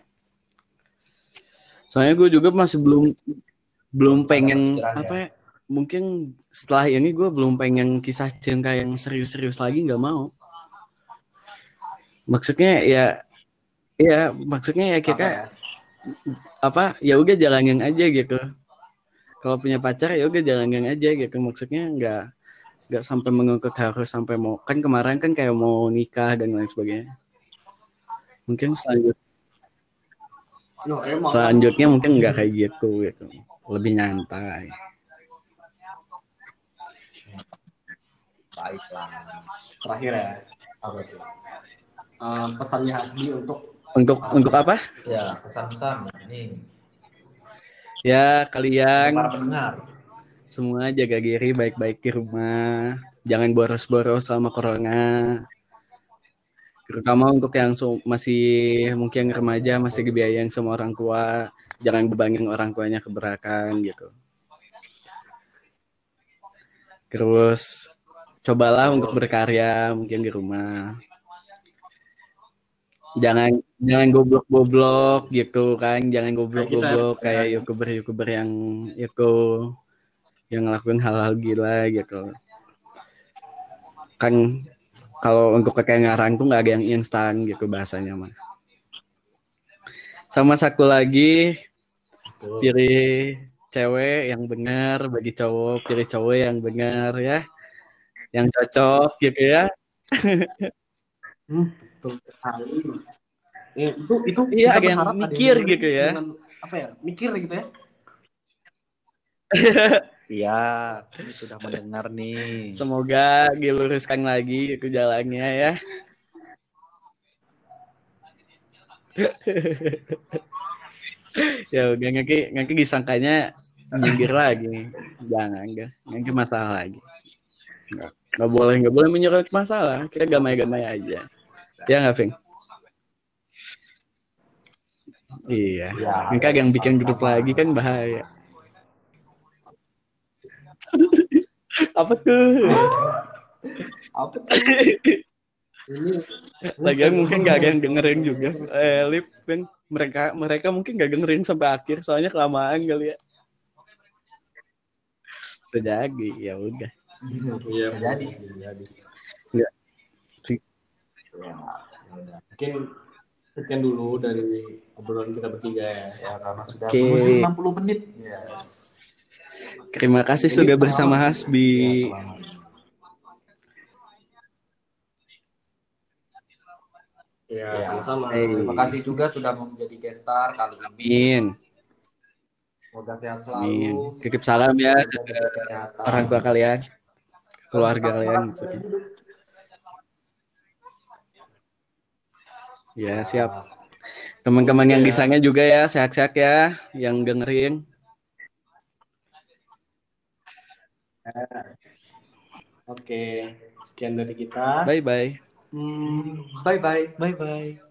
Soalnya gue juga masih belum pengen Pikiran, apa ya. ya, mungkin setelah ini gue belum pengen kisah cinta yang serius-serius lagi, nggak mau. Maksudnya maksudnya ya Apa kita ya? ya udah jalanin aja gitu. Kalau punya pacar ya udah jalanin aja gitu. Maksudnya nggak sampai mengungkit harus sampai mau, kan kemarin kan kayak mau nikah dan lain sebagainya. Mungkin No, emang kan selanjutnya mungkin nggak kayak gitu, lebih nyantai. Baiklah. terakhir ya. Apa itu? Pesannya Hasbi untuk Untuk apa? Ya, pesan-pesan nih Ya untuk kalian para pendengar. semua jaga diri baik-baik di rumah, jangan boros-boros selama corona. Terutama untuk yang masih mungkin remaja, masih dibiayain sama orang tua, jangan bebanin orang tuanya keberatan gitu. Terus cobalah untuk berkarya mungkin di rumah. Jangan goblok-goblok gitu kan, jangan goblok-goblok kayak YouTuber yang itu yang ngelakuin hal-hal gila gitu. Kan kalau untuk kekengaran tuh nggak ada yang instan gitu bahasanya mah. Sama satu lagi, pilih cewek yang benar, bagi cowok pilih cowok yang benar ya, yang cocok gitu ya. betul sekali. Itu Iya, kita ada yang berharap ada yang mikir dengerin gitu ya. dengan apa ya? Mikir gitu ya. Iya, ini sudah mendengar nih. Semoga diluruskan lagi ke jalannya ya. Ya udah, ngaki disangkanya nyindir lagi. Jangan, guys. Ngaki masalah lagi. Nggak boleh menyerut masalah. Kita gamai-gamai aja. Ya nggak, Ving? Iya. Ya, Ngaki yang bikin grup sama. lagi kan bahaya. Apa tuh? Apa tuh? Lagian mungkin gak ada yang dengerin juga. Lip, Ving. Mereka mungkin gak dengerin sampai akhir. Soalnya kelamaan kali ya. Sejadi, ya udah. Iya, jadi. Enggak sih. Ya, mungkin sekian dulu dari obrolan kita bertiga ya. ya karena sudah Oke. menuju 60 menit. Yes. Terima kasih Ini sudah pengalaman. bersama Hasbi. Ya, Ya, sama-sama. terima kasih juga sudah menjadi guest star kali ini. Amin. Semoga sehat Amin. selalu. Titip salam ya ke Jaga kesehatan. orang tua kalian, keluarga kalian. Ya, siap. Teman-teman yang di sana juga ya, sehat-sehat ya, yang dengerin. Oke, sekian dari kita. Bye-bye. Bye-bye. Bye-bye.